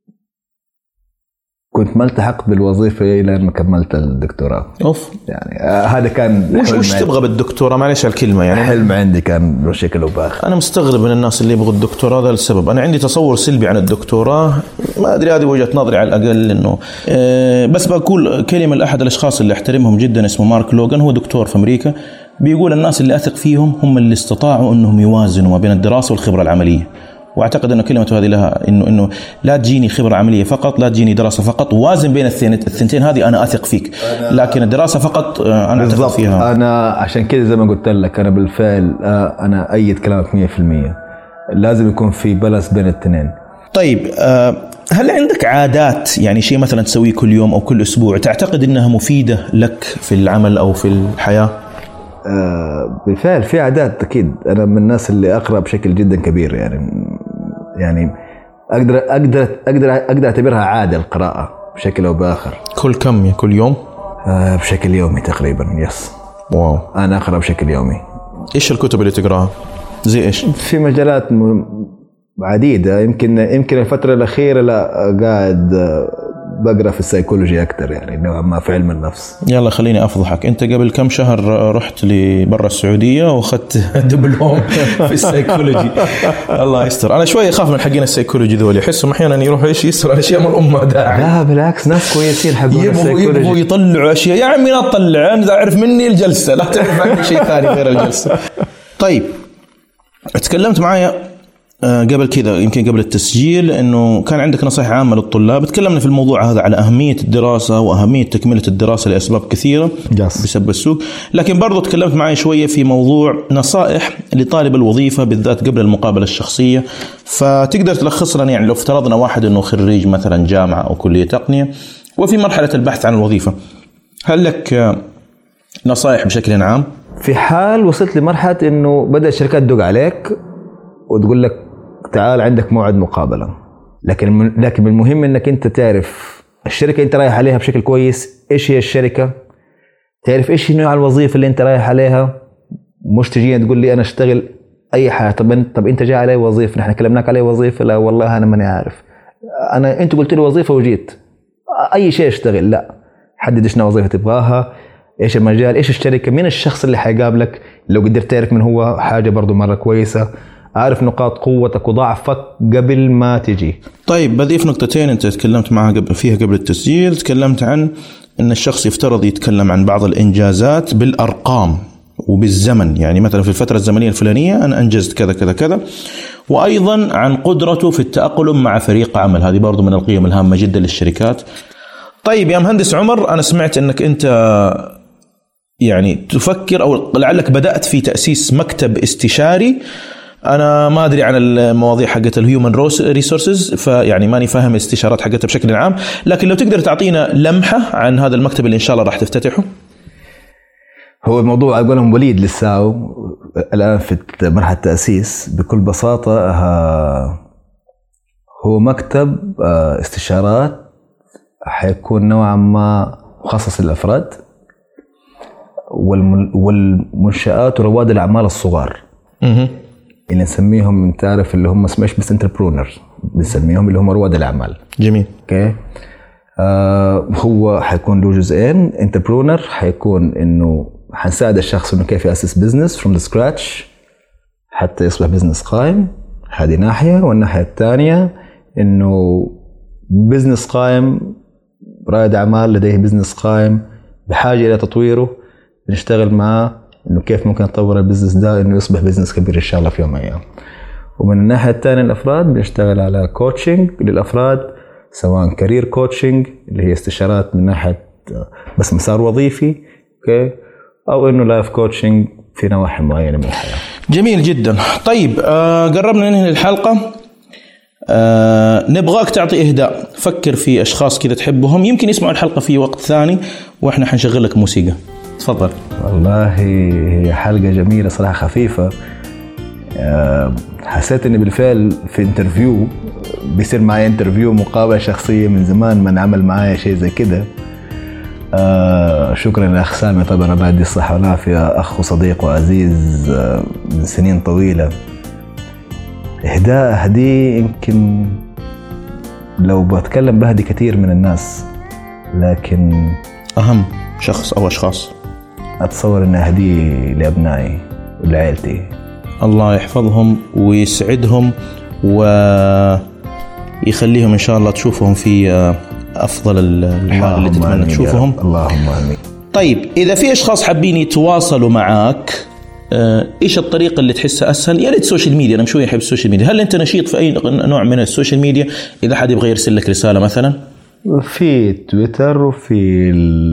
كنت ملتحق بالوظيفة لين ما كملت الدكتوراه. أوف، يعني آه هذا كان وش وش تبغى بالدكتوراه؟ معلش الكلمة يعني حلم عندي كان بشكل أو بآخر. أنا مستغرب من الناس اللي يبغوا الدكتوراه، هذا السبب. أنا عندي تصور سلبي عن الدكتوراه، ما أدري، هذه وجهة نظري على الأقل. إنه آه بس بقول كلمة لأحد الأشخاص اللي أحترمهم جدا، اسمه مارك لوغان، هو دكتور في أمريكا، بيقول الناس اللي أثق فيهم هم اللي استطاعوا أنهم يوازنوا ما بين الدراسة والخبرة العملية. واعتقد انه كلمته هذه لها انه انه لا تجيني خبره عمليه فقط، لا تجيني دراسه فقط، وازن بين الثنتين. هذه انا اثق فيك، لكن الدراسه فقط انا اثق فيها. انا عشان كده زي ما قلت لك، انا بالفعل انا ايد كلامك مية بالمية، لازم يكون في بالانس بين الاثنين. طيب، هل عندك عادات، يعني شيء مثلا تسويه كل يوم او كل اسبوع تعتقد انها مفيده لك في العمل او في الحياه؟ آه بالفعل في عادات أكيد. أنا من الناس اللي أقرأ بشكل جدا كبير، يعني يعني أقدر أقدر أقدر أقدر أعتبرها عادة القراءة بشكل أو بآخر. كل كم؟ كل يوم؟ آه بشكل يومي تقريبا. يس. واو. أنا أقرأ بشكل يومي. إيش الكتب اللي تقرأها؟ زي إيش؟ في مجالات عديدة. يمكن يمكن الفترة الأخيرة لا قاعد بقرأ في السيكولوجي أكتر، يعني نوعا ما في علم النفس. يلا خليني أفضحك، أنت قبل كم شهر رحت لبرا السعودية وأخذت دبلوم في السيكولوجي. الله يستر. أنا شوي أخاف من حقين السيكولوجي ذولي، أحسهم أحيانا يروحوا إيش يسر على أشياء من الأمة داعي. لا بالعكس، ناس كويسين حقون السيكولوجي، يبغوا يطلعوا أشياء. يا عمي لا تطلع، أنا أعرف مني الجلسة، لا تعرف عني شيء ثاني غير الجلسة. طيب، تكلمت معايا قبل كذا يمكن قبل التسجيل انه كان عندك نصائح عامه للطلاب. تكلمنا في الموضوع هذا على اهميه الدراسه واهميه تكمله الدراسه لاسباب كثيره بسبب السوق، لكن برضو تكلمت معي شويه في موضوع نصائح لطالب الوظيفه بالذات قبل المقابله الشخصيه. فتقدر تلخص لنا، يعني لو افترضنا واحد انه خريج مثلا جامعه او كليه تقنيه وفي مرحله البحث عن الوظيفه، هل لك نصائح بشكل عام؟ في حال وصلت لمرحله انه بدا الشركات تدق عليك وتقول لك تعال عندك موعد مقابلة، لكن لكن المهم انك انت تعرف الشركة انت رايح عليها بشكل كويس، ايش هي الشركة، تعرف ايش نوع الوظيفة اللي انت رايح عليها. مش تجيني تقول لي انا اشتغل اي حاجة. طب انت طب انت جاي علي وظيفة، نحن كلمناك علي وظيفة، لا والله انا ماني عارف. انا انت قلت لي وظيفه وجيت اي شيء اشتغل، لا حدد ايش وظيفه تبغاها، ايش المجال، ايش الشركه، مين الشخص اللي حيقابلك، لو قدرت تعرف من هو حاجه برضو مره كويسه، عارف نقاط قوتك وضعفك قبل ما تجي. طيب بضيف نقطتين انت تكلمت معها قبل فيها قبل التسجيل، تكلمت عن ان الشخص يفترض يتكلم عن بعض الانجازات بالارقام وبالزمن، يعني مثلا في الفتره الزمنيه الفلانيه انا انجزت كذا كذا كذا، وايضا عن قدرته في التاقلم مع فريق عمل، هذه برضو من القيم الهامه جدا للشركات. طيب يا مهندس عمر، انا سمعت انك انت يعني تفكر او لعلك بدات في تاسيس مكتب استشاري. انا ما ادري عن المواضيع حقت الهيومن ريسورسز، فيعني ماني فاهم الاستشارات حقتها بشكل عام، لكن لو تقدر تعطينا لمحه عن هذا المكتب اللي ان شاء الله راح تفتتحه. هو الموضوع اقولهم وليد لسه الان في مرحله التاسيس. بكل بساطه هو مكتب استشارات حيكون نوعا ما مخصص للافراد والمنشآت ورواد الاعمال الصغار اللي نسميهم، انت عارف اللي هم اسمش بس انتربرونر، بنسميهم اللي هم رواد الاعمال. جميل. اوكي. آه هو حيكون له جزئين. انتربرونر حيكون انه حنساعد الشخص انه كيف ياسس بزنس فروم ذا سكراتش حتى يصبح بزنس قائم، هذه ناحيه. والناحيه الثانيه انه بزنس قائم، رائد اعمال لديه بزنس قائم بحاجه الى تطويره، بنشتغل معاه انه كيف ممكن نطور البزنس ده انه يصبح بزنس كبير ان شاء الله في يوم من الايام. ومن الناحيه الثانيه الافراد بنشتغل على كوتشنج للافراد، سواء كارير كوتشنج اللي هي استشارات من ناحيه بس مسار وظيفي، اوكي، او انه لايف كوتشنج في نواحي معينه من الحياه. جميل جدا. طيب آه قربنا ننهي الحلقه. آه نبغاك تعطي إهداء، فكر في أشخاص كذا تحبهم يمكن يسمعوا الحلقة في وقت ثاني وإحنا حنشغل لك موسيقى. تفضل. والله هي حلقة جميلة صراحة، خفيفة. آه حسيت إني بالفعل في انترفيو، بيصير معي انترفيو مقابلة شخصية، من زمان من عمل معايا شيء زي كده. آه شكرا لأخ سامي، طبعا الله يديه الصحة والعافية، أخ وصديق وعزيز آه من سنين طويلة. إهداء هدي يمكن لو بتكلم بهدي كثير من الناس، لكن أهم شخص أو أشخاص أتصور إنها هدية لأبنائي ولعائلتي. الله يحفظهم ويسعدهم ويخليهم إن شاء الله تشوفهم في أفضل الحال اللي تتمنى تشوفهم. اللهم آمين. طيب إذا في أشخاص حابين يتواصلوا معاك، إيش الطريقة اللي تحسها أسهل؟ يا ريت السوشيال ميديا، أنا شوي أحب السوشيال ميديا. هل أنت نشيط في أي نوع من السوشيال ميديا إذا حد يبغى يرسل لك رسالة مثلا؟ في تويتر وفي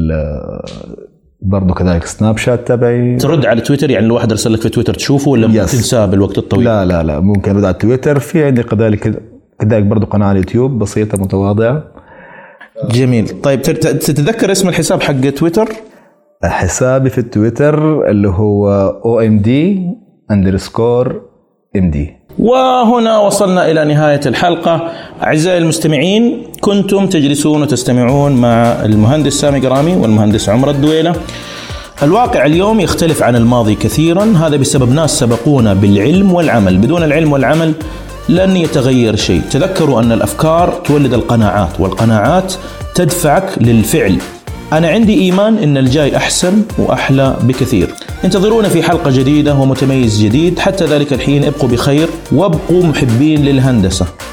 برضو كذلك سناب شات تبعي. ترد على تويتر؟ يعني لو واحد أرسل لك في تويتر تشوفه ولا ممكن تنساه بالوقت الطويل؟ لا لا لا ممكن أرد على تويتر. في عندي كذلك كذلك برضو قناة على اليوتيوب بسيطة متواضعة. جميل. طيب تتذكر اسم الحساب حق تويتر؟ حسابي في التويتر اللي هو او ام دي اندرسكور ام دي. وهنا وصلنا إلى نهاية الحلقة. أعزائي المستمعين، كنتم تجلسون وتستمعون مع المهندس سامي قرامي والمهندس عمر الدويلة. الواقع اليوم يختلف عن الماضي كثيرا، هذا بسبب ناس سبقونا بالعلم والعمل. بدون العلم والعمل لن يتغير شيء. تذكروا أن الأفكار تولد القناعات، والقناعات تدفعك للفعل. أنا عندي إيمان إن الجاي أحسن وأحلى بكثير. انتظرونا في حلقة جديدة ومتميز جديد. حتى ذلك الحين ابقوا بخير وابقوا محبين للهندسة.